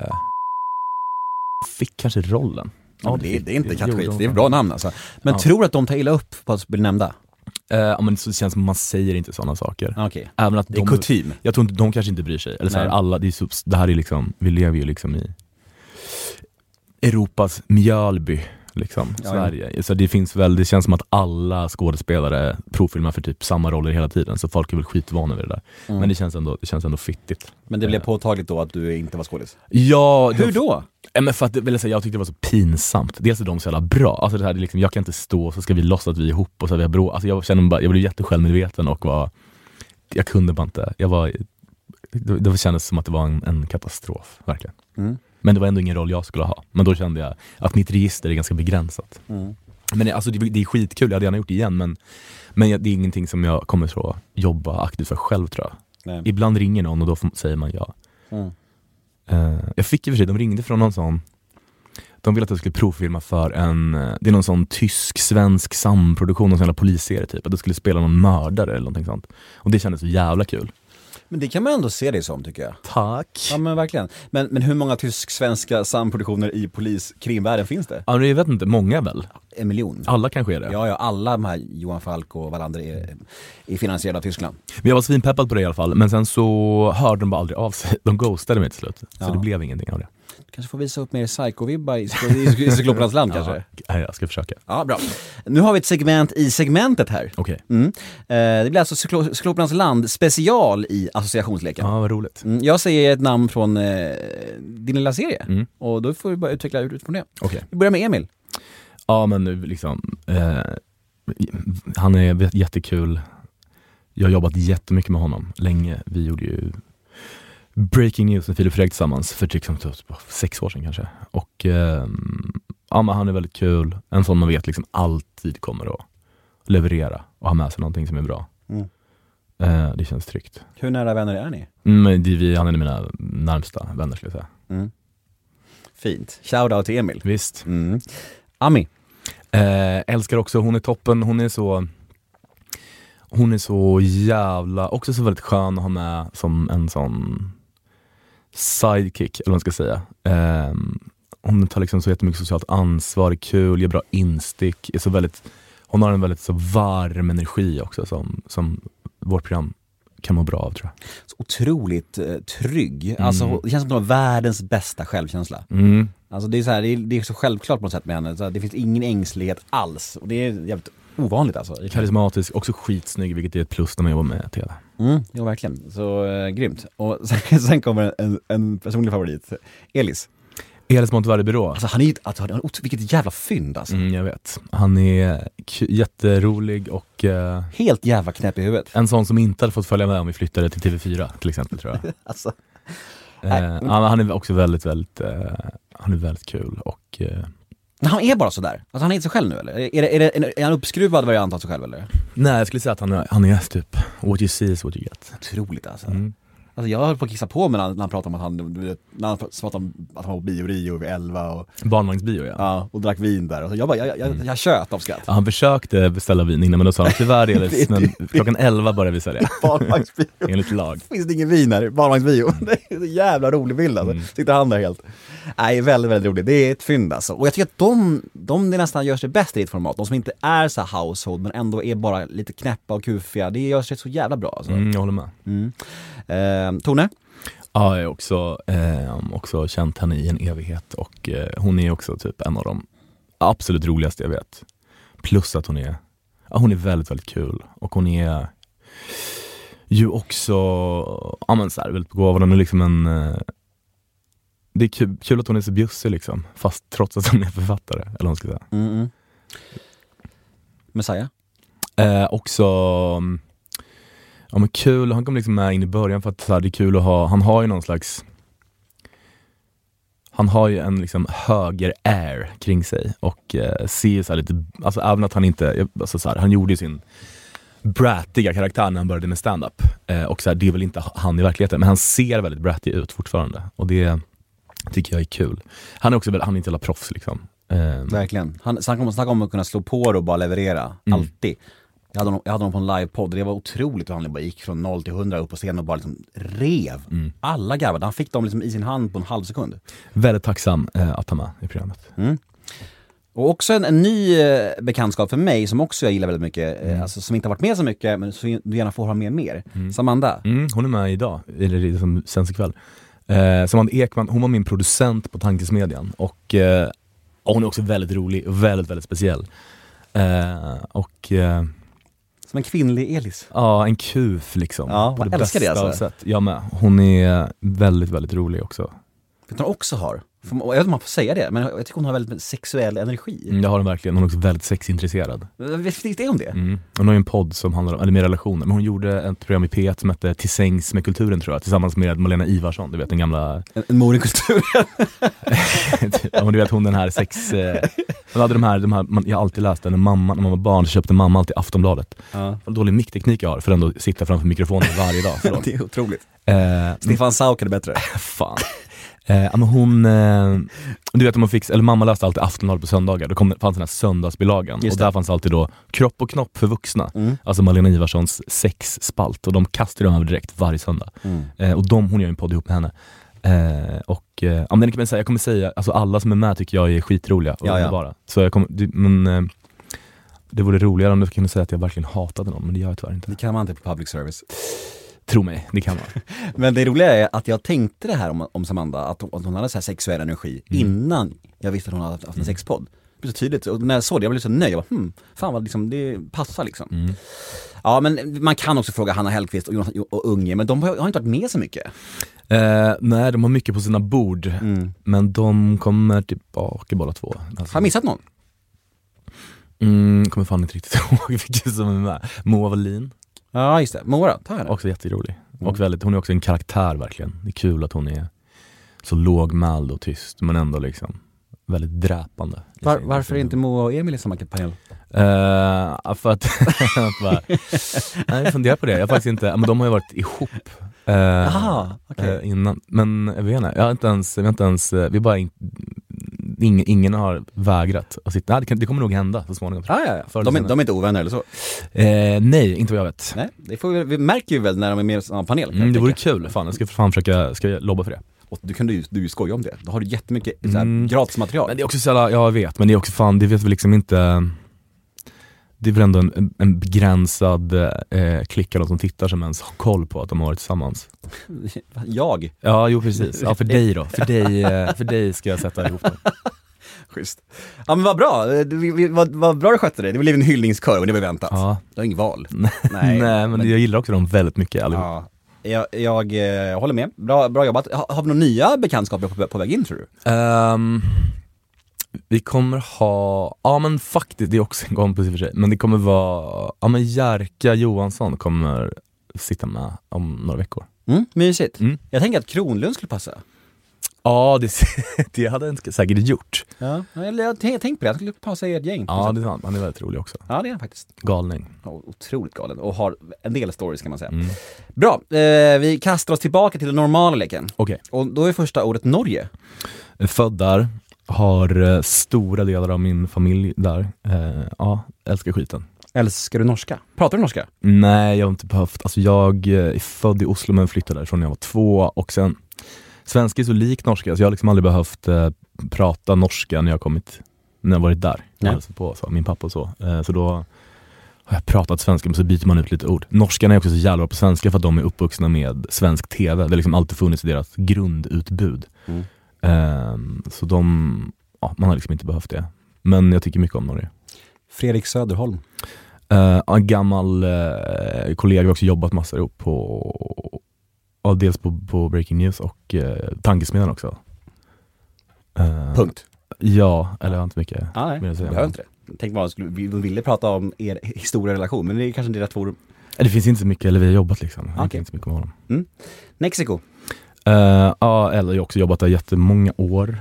fick kanske rollen. Ja, det är inte kattskit, det är bra namn alltså. Men tror du att de tar illa upp på att bli nämnda? Men så känns som man säger inte sådana saker. Okay. Även att det är kutym. Jag tror inte, de kanske inte bryr sig. Eller så här, alla, det här är liksom, vi lever ju liksom i Europas Mjölby liksom, Sverige. Så det känns som att alla skådespelare provfilmar för typ samma roller hela tiden. Så folk är väl skitvana vid det där. Men det känns ändå fittigt. Men det blev påtagligt då att du inte var skådis? Ja. Hur då? Men för att jag tyckte det var så pinsamt. Dels är de så jävla bra. Alltså det här, liksom, jag kan inte stå, så ska vi låtsas att vi är ihop och så är vi bra. Alltså jag blev jättesjälvmedveten och jag kunde bara inte. Det kändes som att det var en katastrof, verkligen. Men det var ändå ingen roll jag skulle ha. Men då kände jag att mitt register är ganska begränsat. Men alltså, det är skitkul, jag hade gärna gjort det igen. Men det är ingenting som jag kommer så jobba aktivt för själv, tror jag. Nej. Ibland ringer någon och då säger man ja. Jag fick i och för sig, de ringde från någon sån. De ville att jag skulle provfilma för det är någon sån tysk-svensk samproduktion, någon sån här polisserie typ. Att jag skulle spela någon mördare eller någonting sånt. Och det kändes så jävla kul. Men det kan man ändå se det som, tycker jag. Tack. Ja, men verkligen. Men hur många tysk-svenska samproduktioner i poliskrimvärlden finns det? Ja, jag vet inte, många väl? 1 miljon. Alla kanske är det. Ja, alla de här Johan Falk och Wallander är finansierade av Tyskland. Men jag var svinpeppad på det i alla fall. Men sen så hörde de bara aldrig av sig. De ghostade mig till slut. Så det blev ingenting av det. Kanske får visa upp mer psycho-vibbar i Cyklopernas land kanske. Ja, jag ska försöka. Ja, bra. Nu har vi ett segment i segmentet här. Okej. Det blir alltså Cyklopernas land special i associationsleken. Ja, vad roligt. Jag säger ett namn från din lilla serie. Och då får vi bara utveckla utifrån det. Okay. Vi börjar med Emil. Ja, men nu liksom han är jättekul. Jag har jobbat jättemycket med honom länge. Vi gjorde ju Breaking News med Filip Fredrik tillsammans för liksom 6 år sedan kanske. Och men han är väldigt kul. En sån man vet liksom alltid kommer att leverera och ha med sig någonting som är bra. Det känns tryggt. Hur nära vänner är ni? Han är mina närmsta vänner, skulle jag säga. Fint. Shoutout till Emil. Visst. Ami. Älskar också, hon är toppen. Hon är så jävla, också så väldigt skön att ha med som en sån sidekick, eller vad man ska säga. Hon tar liksom så jättemycket socialt ansvar, är kul, ger bra instick, är så väldigt, hon har en väldigt så varm energi också som vårt program kan må bra av, tror jag. Så otroligt trygg. Alltså, det känns som att hon har världens bästa självkänsla. Alltså det är så här, det är så självklart på något sätt med henne. Så det finns ingen ängslighet alls. Och det är jävligt ovanligt alltså. Karismatisk, också skitsnygg, vilket är ett plus när man jobbar med TV. Ja, verkligen. Så grymt. Och sen kommer en personlig favorit. Elis Monteverdebyrå. Alltså vilket jävla fynd alltså. Jag vet. Han är jätterolig och helt jävla knäpp i huvudet. En sån som inte hade fått följa med om vi flyttade till TV4 till exempel, tror jag. Alltså. Han är också väldigt, väldigt han är väldigt kul och han är bara så där. Alltså han är inte sig själv nu, eller? Är han uppskruvad variant av sig själv, eller? Nej, jag skulle säga att han är typ what you see is what you get. Otroligt alltså. Alltså jag höll på att kissa på mig när han pratade om att han pratade om att han var på bio vid 11 och barnvagnsbio, ja, och drack vin där. Och så jag tjöt av skratt. Ja, han försökte beställa vin innan, men då sa han tyvärr men klockan 11 börjar vi sälja. Barnvagnsbio. Enligt lag. Finns det ingen vin här? Barnvagnsbio. Det är en jävla rolig bild alltså. Sitter han där helt. Nej, väldigt, väldigt roligt. Det är ett fynd alltså. Och jag tycker att de nästan gör sig bäst i ett format. De som inte är så household men ändå är bara lite knäppa och kufiga. Det gör sig så jävla bra alltså. Jag håller med. Tone? Ja, jag har också känt henne i en evighet och hon är också typ en av de absolut roligaste jag vet. Plus att hon är väldigt, väldigt kul och hon är ju också så här, väldigt begåvad. Hon är liksom det är kul att hon är så bjussig liksom, fast trots att hon är författare, eller vad man ska säga. Messiah? Också men kul, han kom liksom med in i början för att så här, det är kul att ha, han har ju någon slags, Han har ju en liksom höger air kring sig och ser så här lite, alltså även att han inte, alltså så här, han gjorde ju sin brattiga karaktär när han började med stand-up. Och så här, det är väl inte han i verkligheten, men han ser väldigt brattig ut fortfarande. Och det tycker jag är kul. Han är också väldigt, han är inte alla proffs liksom. Verkligen. Han kommer snacka om att kunna slå på och bara leverera. Alltid. Jag hade honom på en livepodd och det var otroligt hur han bara gick från 0 till 100 upp på scenen och bara liksom rev. Alla garvade. Han fick dem liksom i sin hand på en halv sekund. Väldigt tacksam att ha med i programmet. Och också en ny bekantskap för mig som också jag gillar väldigt mycket, alltså, som inte har varit med så mycket men som du gärna får ha med. Samanda. Hon är med idag, eller som sänds ikväll. Samanda Ekman, hon var min producent på Tankesmedjan och hon är också väldigt rolig och väldigt, väldigt speciell. Som en kvinnlig Elis. Ja, en kuf liksom. Ja, på jag det älskar bästa det alltså. sätt. Jag med. Hon är väldigt, väldigt rolig också. Vet du hon också har? Jag vet inte om man får säga det, men jag tycker hon har väldigt sexuell energi. Det har hon verkligen. Hon är också väldigt sexintresserad. Visst är hon det? Hon har ju en podd som handlar om, eller mer relationer. Men hon gjorde ett program i P1 som hette Till sängs med kulturen tror jag. Tillsammans med Malena Ivarsson, du vet den gamla... En mor i kulturen. Ja, men du vet hon den här hon hade de här jag har alltid läst den. När man var barn så köpte mamma alltid Aftonbladet. Ja. Dålig mickteknik jag har för ändå sitta framför mikrofonen varje dag. Förlåt. Det är otroligt. Stefan Sauk är det bättre. Fan. Men hon, du vet om man fick, eller mamma läste alltid Aftonbladet på söndagar. Då fanns den här söndagsbilagan. Och där fanns alltid då Kropp och knopp för vuxna. Alltså Malena Ivarssons sexspalt. Och de kastade dem över direkt varje söndag. Och hon gör en podd ihop med henne. Jag kommer säga, alltså alla som är med tycker jag är skitroliga och underbara. Så det vore roligare om du kunde säga att jag verkligen hatade någon, men det gör jag tyvärr inte. Det kan man inte på public service. Tro mig, det kan man. Men det roliga är att jag tänkte det här om Samanda, att hon hade så här sexuell energi innan jag visste att hon hade haft en sexpodd. Det blev så tydligt, och när jag såg det jag blev så nöjd. Jag bara, fan vad liksom, det passar liksom. Ja, men man kan också fråga Hanna Hellqvist och Unge, men de har inte varit med så mycket. Nej, de har mycket på sina bord. Men de kommer tillbaka båda två. Alltså. Har jag missat någon? Kommer fan inte riktigt ihåg vilken som är med. Moa Wallin. Ja, just det. Moa, ta henne. Också jätterolig. Och hon är också en karaktär verkligen. Det är kul att hon är så lågmäld och tyst, men ändå liksom väldigt dräpande. Varför är inte Moa och Emil i samma panel? För att nej, jag funderar på det. Jag faktiskt inte, men de har ju varit ihop innan, men jag vet inte. Jag har inte ens vi bara ingen har vägrat att sitta. Nej, det kommer nog hända så småningom. De är inte ovänner eller så? Nej, inte vad jag vet. Nej, det vi märker ju väl när de är med i samma panel. Det vore kul, fan. Jag ska försöka lobba för det. Och du skojar om det. Då har du jättemycket gratis material. Men det är också så här, jag vet, men det är också fan, det vet väl liksom inte. Det är väl ändå en begränsad klick av de som tittar som ens har koll på att de har varit tillsammans. Jag? Ja, jo precis. Ja, för dig då. För dig ska jag sätta ihop dem. Schysst. Ja, men vad bra. Vad bra du skötte det. Det blev en hyllningskör och det var väntat. Ja. Det var inget val. Nej, men jag gillar också dem väldigt mycket allihop. Ja. Jag håller med. Bra jobbat. Har vi några nya bekantskaper på väg in, tror du? Vi kommer ha, men faktiskt, det är också en kompis i och för sig, men det kommer vara, men Jerka Johansson kommer sitta med om några veckor. Mysigt. Jag tänker att Kronlund skulle passa. Ja, det hade han säkert gjort. Ja, jag tänkte på det, han skulle passa i ett gäng. Ja, det är sant. Han är väldigt rolig också. Ja, det är han faktiskt. Galning. Ja, otroligt galen och har en del stories kan man säga. Bra, vi kastar oss tillbaka till den normala leken. Okej. Och då är första ordet Norge. Född där, har stora delar av min familj där. Älskar skiten. Älskar du norska? Pratar du norska? Nej, jag har inte behövt. Alltså jag är född i Oslo men flyttade därifrån när jag var 2 och sen svenska är så lik norska så jag har liksom aldrig behövt prata norska när jag varit där. Alltså på min pappa och så. Så då har jag pratat svenska men så byter man ut lite ord. Norskan är också så jävla bra på svenska för att de är uppvuxna med svensk tv. Det har liksom alltid funnits i deras grundutbud. Så man har liksom inte behövt det. Men jag tycker mycket om Norge. Fredrik Söderholm. En gammal kollega har också jobbat massor ihop på dels på Breaking News och Tankesmedjan också. Punkt. Ja, eller jag har inte mycket. Nej, jag behöver inte det. Tänk bara, vi ville prata om er historierelation, men det är kanske inte rätt forum. Det finns inte så mycket, eller vi har jobbat liksom. Det finns inte så mycket om honom. Mexiko. Ja, eller jag har också jobbat där jättemånga år.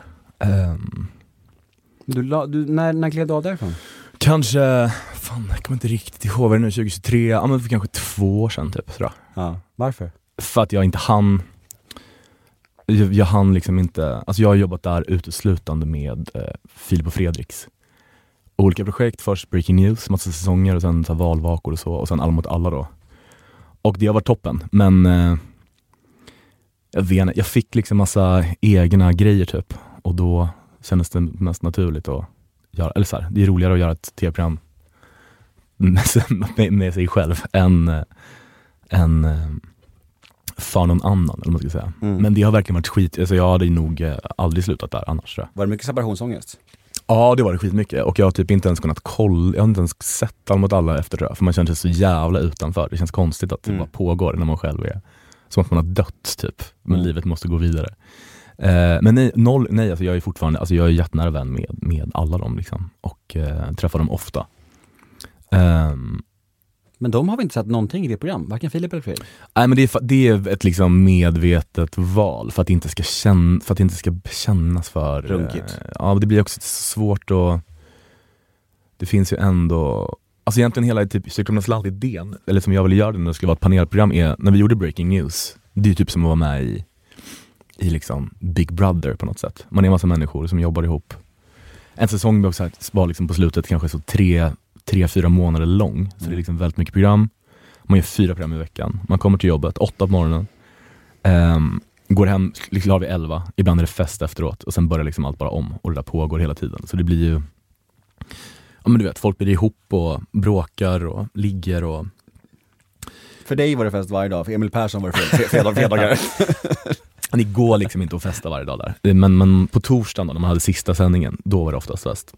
När gled du av därifrån? Kanske, jag kommer inte riktigt ihåg, var det nu 2023? Ja, men för kanske 2 år sedan typ, tror jag. Ja, varför? För att jag inte hann. Jag hann liksom inte. Alltså jag har jobbat där uteslutande med Filip och Fredriks olika projekt. Först Breaking News, massa säsonger, och sen så valvakor och så, och sen Alla mot alla då. Och det har varit toppen, men jag vet inte, jag fick liksom massa egna grejer typ, och då kändes det mest naturligt att göra, eller så här, det är roligare att göra ett tv-program med sig själv än för någon annan, eller vad man ska säga. Men det har verkligen varit skit. Alltså jag hade nog aldrig slutat där annars, tror jag. Var det mycket separationsångest? Ja, det var det skitmycket. Och jag har typ inte ens kunnat kolla. Jag har inte ens sett Alla mot alla efter det. För man känner sig så jävla utanför. Det känns konstigt att det bara pågår när man själv är som att man har dött typ. Men livet måste gå vidare. Men nej, alltså jag är fortfarande, alltså jag är jättenära vän med alla dem liksom. Och träffar dem ofta. Men de har vi inte sett någonting i det program, varken Filip eller Fredrik. Nej, men det är ett liksom medvetet val för att det inte ska kännas för runkigt. Ja, det blir också svårt, och det finns ju ändå, alltså egentligen hela typ Cyklopernas land-idén, eller som jag ville göra det när det skulle vara ett panelprogram, är när vi gjorde Breaking News. Det är ju typ som att vara med i liksom Big Brother på något sätt. Man är en massa människor som jobbar ihop. En säsong var liksom på slutet kanske så 3-4 månader lång. Så det är liksom väldigt mycket program. Man gör 4 program i veckan. Man kommer till jobbet 8 på morgonen. Går hem liksom vid 11. Ibland är det fest efteråt. Och sen börjar liksom allt bara om. Och det där pågår hela tiden. Så det blir ju... Ja, men du vet, folk blir ihop och bråkar och ligger och... För dig var det fest varje dag. För Emil Persson var det fredagar. Det går liksom inte att festa varje dag där. Men på torsdagen då, när man hade sista sändningen, då var det oftast fest.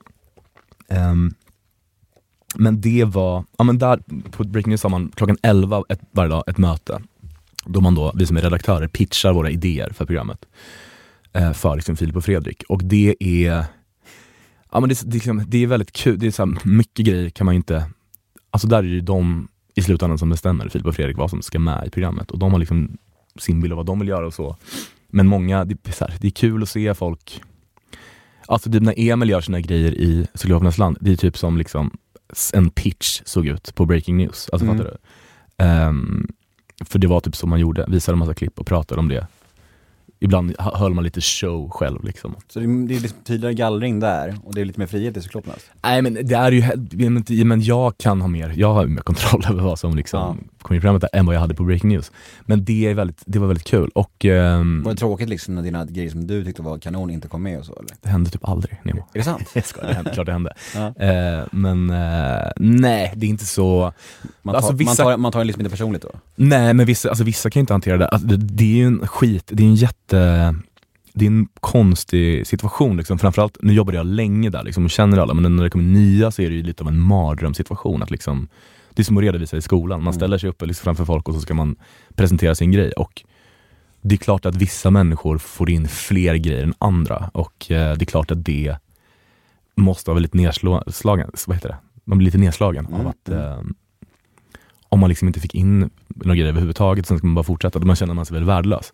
Men det var, ja men där på Breaking News har man klockan 11 varje dag ett möte. Då man då, vi som är redaktörer, pitchar våra idéer för programmet. För liksom Filip och Fredrik. Och det är, ja men det är väldigt kul. Det är så här, mycket grejer kan man inte, alltså där är det de i slutändan som bestämmer, Filip och Fredrik, vad som ska med i programmet. Och de har liksom sin bild av vad de vill göra och så. Men många, det är kul att se folk, alltså typ när Emil gör sina grejer i Cyklopernas land, det är typ som liksom en pitch såg ut på Breaking News. Alltså fattar du? För det var typ som man gjorde, visade en massa klipp och pratade om det. Ibland höll man lite show själv liksom. Så det är liksom tydligare gallring där, och det är lite mer frihet i Cyklopernas. Nej, men det är ju, men jag kan ha mer, jag har mer kontroll över vad som liksom kommer i programmet där, än vad jag hade på Breaking News. Men det var väldigt kul. Och var det tråkigt liksom när dina grejer som du tyckte var kanon inte kom med och så, eller? Det hände typ aldrig, Nemo. Är det sant? Klart det hände. Men nej, det är inte så. Man tar liksom inte personligt då? Nej, men vissa kan inte hantera det. Alltså, det är ju en skit, det är en konstig situation liksom. Framförallt, nu jobbade jag länge där liksom, och känner alla, men när det kommer nya så är det ju lite av en mardrömssituation att liksom, det är som att redovisa i skolan. Man ställer sig upp liksom framför folk och så ska man presentera sin grej, och det är klart att vissa människor får in fler grejer än andra, och det är klart att det måste vara väldigt nedslagen. Vad heter det? Man blir lite nedslagen av att om man liksom inte fick in några grejer överhuvudtaget, sen ska man bara fortsätta, då man känner man sig väldigt värdelös.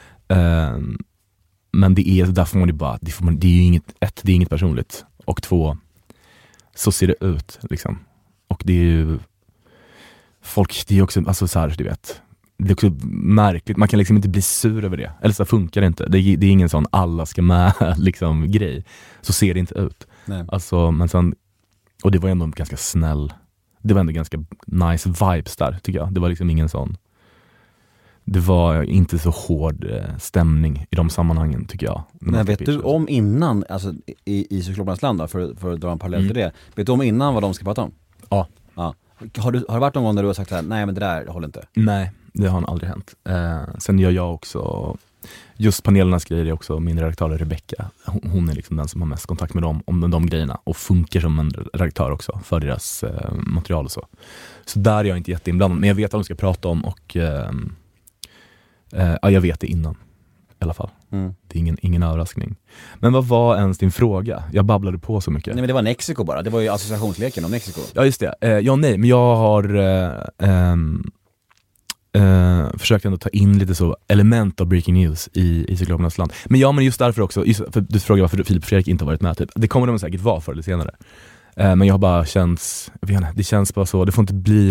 Men det är, där får man ju bara, det är ju inget personligt, och 2, så ser det ut liksom. Och det är ju folk, det är också, alltså så här, du vet, det är också märkligt, man kan liksom inte bli sur över det, eller så funkar det inte. Det är ingen sån alla ska med liksom grej, så ser det inte ut. Nej. Alltså, men sen, och det var ändå ganska snäll, det var ändå ganska nice vibes där, tycker jag. Det var liksom ingen sån, det var inte så hård stämning i de sammanhangen, tycker jag. Men vet du om innan, alltså i Cyklopernas land då, för att dra en parallell till det, vet du om innan vad de ska prata om? Ja. Har det varit någon gång där du har sagt så här, nej men det där håller inte? Nej, det har aldrig hänt. Sen gör jag också, just panelernas grejer är också min redaktör Rebecca. Hon är liksom den som har mest kontakt med dem om de grejerna, och funkar som en redaktör också för deras material och så. Så där är jag inte jätteinblandad, men jag vet vad de ska prata om, och jag vet det innan i alla fall. Det är ingen överraskning. Men vad var ens din fråga? Jag babblade på så mycket. Nej, men det var Mexiko bara. Det var ju associationsleken om Mexiko. Ja, just det. Men jag har försökte ändå ta in lite så element av breaking news i Cyklopernas land. Men just därför också, för du frågar varför Filip och Fredrik inte har varit med typ. Det kommer de säkert vara förr eller senare. Men jag har bara det känns bara så, det får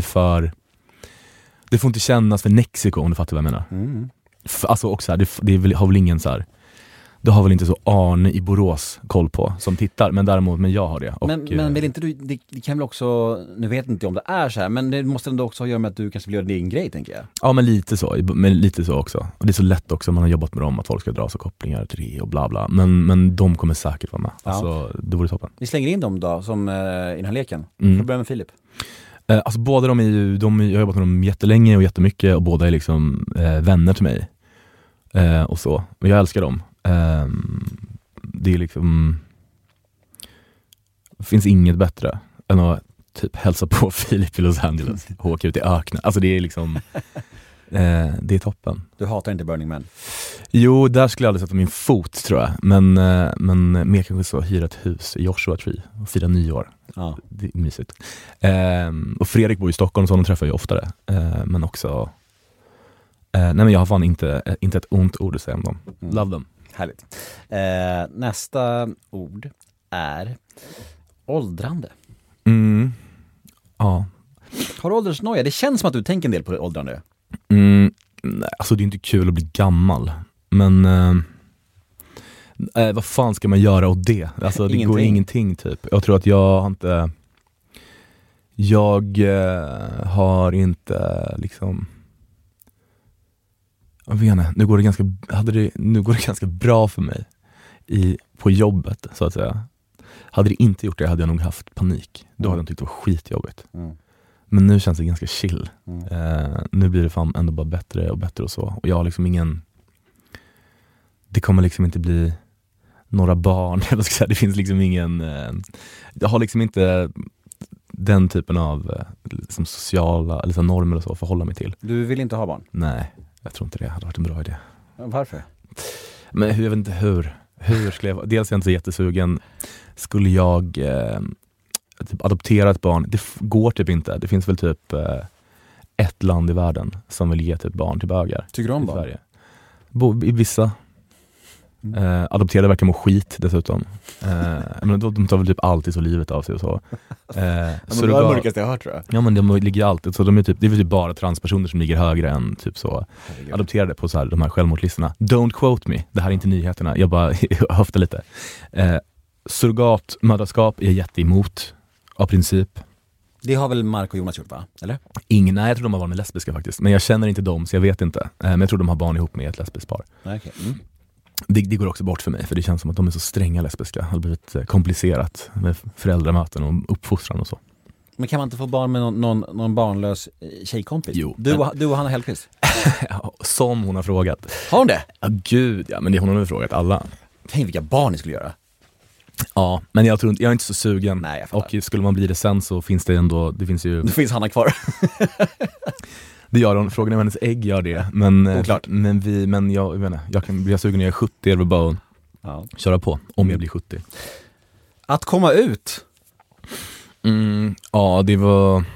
inte kännas för Mexiko, om du fattar vad jag menar. Alltså också här, har väl ingen så här, det har väl inte så Arne i Borås koll på som tittar, men jag har det. Och, men vill inte du, det kan väl också, nu vet inte om det är så här, men det måste ändå också göra med att du kanske vill göra din grej, tänker jag. Ja, men lite så också. Och det är så lätt också, man har jobbat med dem, att folk ska dra så kopplingar till det och bla bla. Men de kommer säkert vara med. Ja. Alltså, det vore toppen. Vi slänger in dem då, som i den här leken. Får börja med Filip. Alltså båda jag har jobbat med dem jättelänge och jättemycket, och båda är liksom vänner till mig. Och så. Och jag älskar dem. Det är liksom, det finns inget bättre än att typ hälsa på Filip i Los Angeles och åka ut i öknen. Alltså det är liksom det är toppen. Du hatar inte Burning Man? Jo, där skulle jag aldrig sätta min fot, tror jag. Men mer kanske så hyra ett hus i Joshua Tree och fira nyår. Ja. Det är mysigt. Och Fredrik bor i Stockholm, så de träffar jag oftare. Men också nej, men jag har fan inte ett ont ord att säga om dem. Love them. Härligt. Nästa ord är åldrande. Ja. Har du åldersnoja? Det känns som att du tänker en del på åldrande. Nej, alltså det är inte kul att bli gammal. Men vad fan ska man göra åt det? Alltså det går ingenting typ. Jag tror att jag har inte liksom, jag vet inte, nu går det ganska bra för mig på jobbet, så att säga. Hade det inte gjort det, hade jag nog haft panik. Då hade jag tyckt det var skitjobbigt. Men nu känns det ganska chill. Nu blir det fan ändå bara bättre och bättre och så. Och jag har liksom det kommer liksom inte bli några barn. Jag ska säga, det finns liksom jag har liksom inte den typen av liksom sociala eller så normer och så att förhålla mig till. Du vill inte ha barn? Nej, jag tror inte det hade varit en bra idé. Varför? Men jag vet inte hur skulle jag, dels är jag inte så jättesugen. Skulle jag typ adoptera ett barn? Det går typ inte. Det finns väl typ ett land i världen som vill ge typ barn till bögar. Tycker du om barn? Sverige. I vissa. Adopterade verkar må skit dessutom. Men de tar väl typ alltid så livet av sig och så. Så det var det mörkaste jag hört, tror jag. Ja, men de ligger alltid så det är väl typ bara transpersoner som ligger högre än typ så adopterade på så här, de här självmordslistorna. Don't quote me. Det här är inte nyheterna. Jag bara höftar lite. Surrogatmödraskap är jag jätteemot av princip. Det har väl Mark och Jonas gjort, va? Eller? Nej, jag tror de har barn med lesbiska faktiskt. Men jag känner inte dem, så jag vet inte. Men jag tror de har barn ihop med ett lesbiskt par. Okay. Det går också bort för mig, för det känns som att de är så stränga lesbiska. Det har blivit komplicerat med föräldramöten och uppfostran och så. Men kan man inte få barn med någon barnlös tjejkompis? Jo. Du och Hanna Hellquist? Som hon har frågat. Har hon det? Ja, gud, ja, men det hon har frågat alla. Tänk vilka barn ni skulle göra. Ja, men jag är inte så sugen. Nej, och skulle man bli det sen så finns det ändå, det finns Hanna kvar. Det gör hon, frågan om hennes ägg gör det. Men jag vet inte, jag kan bli sugen när jag är 70 eller bara köra på om jag blir 70. Att komma ut? Ja, det var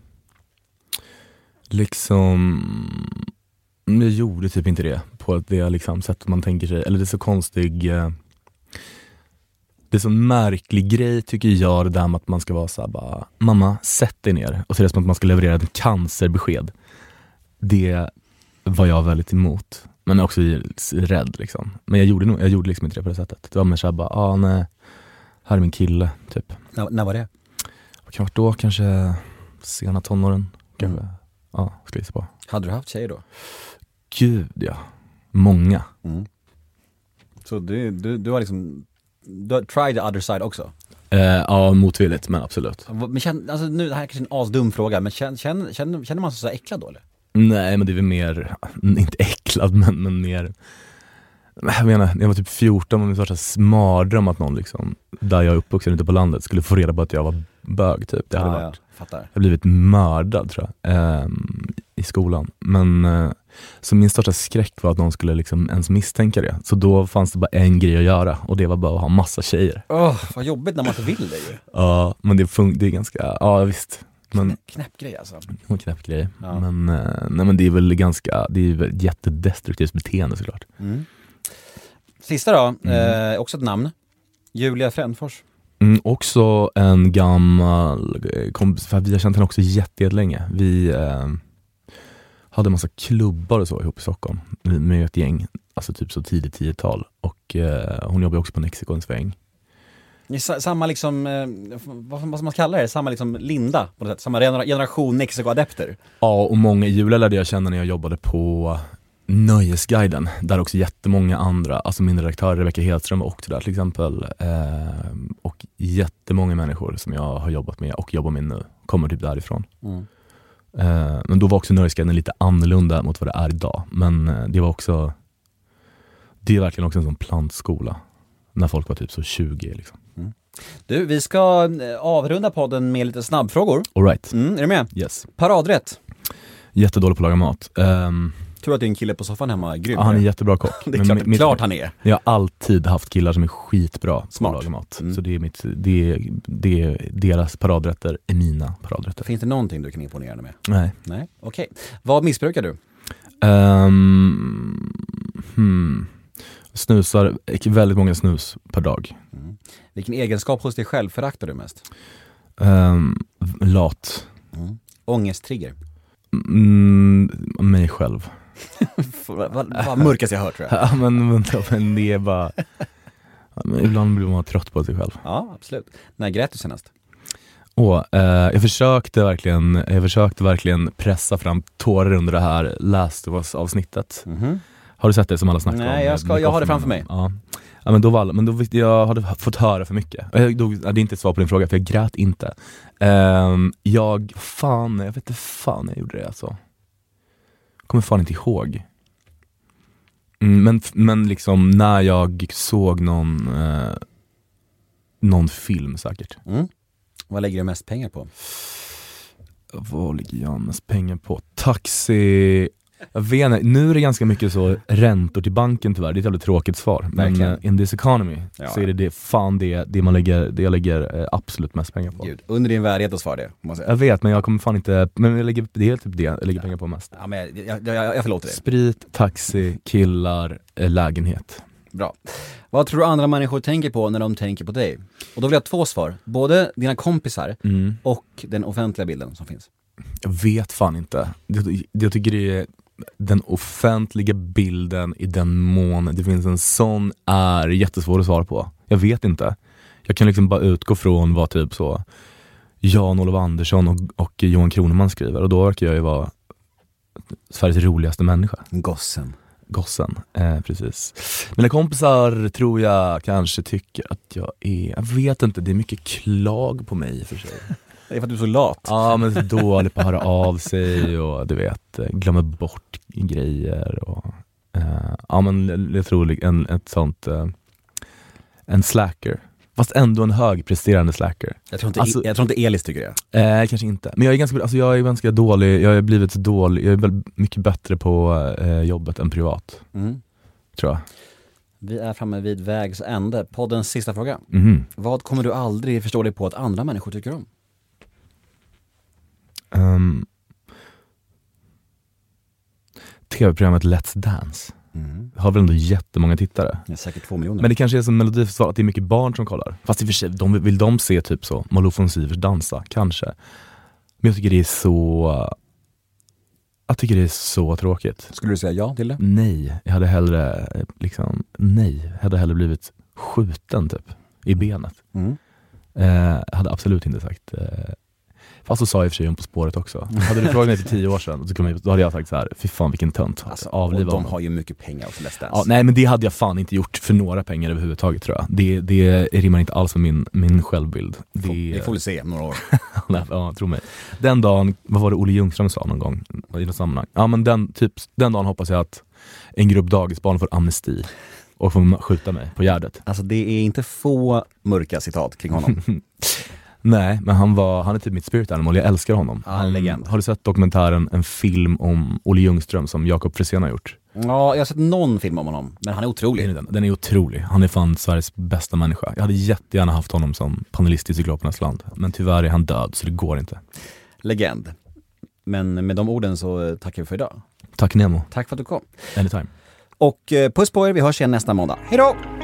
liksom, jag gjorde typ inte det på det liksom sätt man tänker sig, eller det är så konstig, det är så märklig grej tycker jag, det där med att man ska vara så här, bara, mamma, sätt dig ner, och så är det som att man ska leverera ett cancerbesked. Det var jag väldigt emot, men också rädd liksom. Men jag gjorde liksom inte det på det sättet. Det var mer så här bara, nej, här är min kille typ. När var det? Klart då, kanske sena tonåren. Kanske. Ja, skulle jag på. Hade du haft tjejer då? Gud, ja. Många. Så du har liksom, du har tried the other side också? Ja, motvilligt, men absolut. Men alltså, nu, det här är kanske en asdum fråga, men känner man sig så äcklad då, eller? Nej, men det är väl mer, inte äcklad, men mer, jag menar, när jag var typ 14 och min sorts mardröm att någon liksom, där jag är uppvuxen ute på landet, skulle få reda på att jag var bög typ. Det hade varit, jag blivit mördad tror jag, i skolan. Men så min största skräck var att någon skulle liksom ens misstänka det. Så då fanns det bara en grej att göra, och det var bara att ha massa tjejer. Vad jobbigt när man inte vill det ju. Ja, men det är ganska, ja visst. Men, knäpp grej alltså. En knäpp grej. Ja. Men det är väl ett jättedestruktivt beteende såklart. Sista då, också ett namn. Julia Frändfors. Också en gammal kompis, för vi har känt henne också jättelänge. Vi hade en massa klubbar och så ihop i Stockholm med ett gäng, alltså typ så tidigt 10-tal. Och hon jobbar också på Mexiko en sväng. Samma liksom, vad ska man kalla det? Samma liksom linda på något sätt. Samma generation Mexiko-adepter. Ja, och många Julia lärde jag känna när jag jobbade på Nöjesguiden, där också jättemånga andra, alltså min redaktör Rebecca Hedström var också där till exempel, och jättemånga människor som jag har jobbat med och jobbar med nu kommer typ därifrån. Men då var också Nöjesguiden lite annorlunda mot vad det är idag, men det är verkligen också en sån plantskola när folk var typ så 20 liksom. Du, vi ska avrunda podden med lite snabbfrågor. All right. Är du med? Yes. Paradrätt. Jättedålig på att laga mat. Tror att det är en kille på soffan hemma, grym. Ja, han är jättebra kock. Det är klart han är. Jag har alltid haft killar som är skitbra på att laga mat. Så det är deras paradrätter är mina paradrätter. Finns det någonting du kan imponera med? Nej. Okej. Vad missbrukar du? Snusar väldigt många snus per dag. Vilken egenskap hos dig själv föraktar du mest? Lat. Ångesttrigger? Mig själv. Vad mörkast jag hört, tror jag. Ja, men det är bara... ibland blir man trött på sig själv. Ja, absolut. När grät du senast? Jag försökte verkligen pressa fram tårar under det här Last of Us-avsnittet. Har du sett det som alla snackar om? Nej, jag har det framför mig. Ja, men då visste jag hade fått höra för mycket. Det är inte ett svar på din fråga, för jag grät inte. Jag vet inte fan jag gjorde det alltså. Kommer fan inte ihåg. Men liksom när jag såg någon film säkert. Vad lägger du mest pengar på? Vad ligger jag mest pengar på? Taxi. Jag vet inte, nu är det ganska mycket så räntor till banken tyvärr. Det är ett väldigt tråkigt svar. Men in this economy så är det jag lägger absolut mest pengar på. Gud, under din värdighet att svara det, måste jag säga. Jag vet, men jag kommer fan inte. Men det är typ det jag lägger pengar på mest. Ja, men jag förlåter det. Sprit, taxi, killar, lägenhet. Bra. Vad tror du andra människor tänker på när de tänker på dig? Och då vill jag ha 2 svar. Både dina kompisar och den offentliga bilden som finns. Jag vet fan inte. Jag tycker det är den offentliga bilden, i den mån det finns en sån, är jättesvår att svara på. Jag vet inte. Jag kan liksom bara utgå från vad typ så Jan-Olof Andersson och Johan Kroneman skriver, och då verkar jag ju vara Sveriges roligaste människa. Gossen, precis. Mina kompisar tror jag kanske tycker att jag vet inte, det är mycket klag på mig för sig. Det är för att du är så lat. Ja, men så dåligt på att höra av sig och du vet, glömmer bort grejer och ja, men jag tror en slacker. Fast ändå en högpresterande slacker. Jag tror inte Elis tycker det. Kanske inte. Men jag är ganska dålig. Jag har blivit så dålig. Jag är väl mycket bättre på jobbet än privat. Tror jag. Vi är framme vid vägs ände. Poddens sista fråga. Vad kommer du aldrig förstå dig på att andra människor tycker om? TV-programmet Let's Dance. Har väl ändå jättemånga tittare. Det är säkert 2 miljoner. Men det kanske är som Melodifestivalen, att det är mycket barn som kollar. Fast i och för sig, vill de se typ så Malou von Sivers dansa, kanske. Men jag tycker det är så tråkigt. Skulle du säga ja till det? Nej, jag hade hellre blivit skjuten typ i benet. Jag hade absolut inte sagt. Fast så sa jag i och för sig På spåret också. Hade du frågat mig för 10 år sedan då hade jag sagt så här: fy fan vilken tönt. Alltså, avliva de har ju mycket pengar också, Let's Dance. Ja, nej, men det hade jag fan inte gjort för några pengar överhuvudtaget, tror jag. Det rimmar inte alls med min självbild. Det får vi se om några år. Ja, tro mig. Den dagen, vad var det Olle Ljungström sa någon gång i något sammanhang? Ja, men den dagen hoppas jag att en grupp dagisbarn får amnesti och får skjuta mig på Gärdet. Alltså det är inte få mörka citat kring honom. Nej, men han är typ mitt spirit animal. Jag älskar honom. Legend. Har du sett dokumentären, en film om Olle Ljungström som Jakob Frisén har gjort? Ja, jag har sett någon film om honom, men han är otrolig. Den är otrolig. Han är fan Sveriges bästa människa. Jag hade jättegärna haft honom som panelist i Cyklopernas land, men tyvärr är han död, så det går inte. legend. Men med de orden så tackar vi för idag. Tack Nemo. Tack för att du kom. Anytime. Och puss på er, vi hörs igen nästa måndag. Hej då!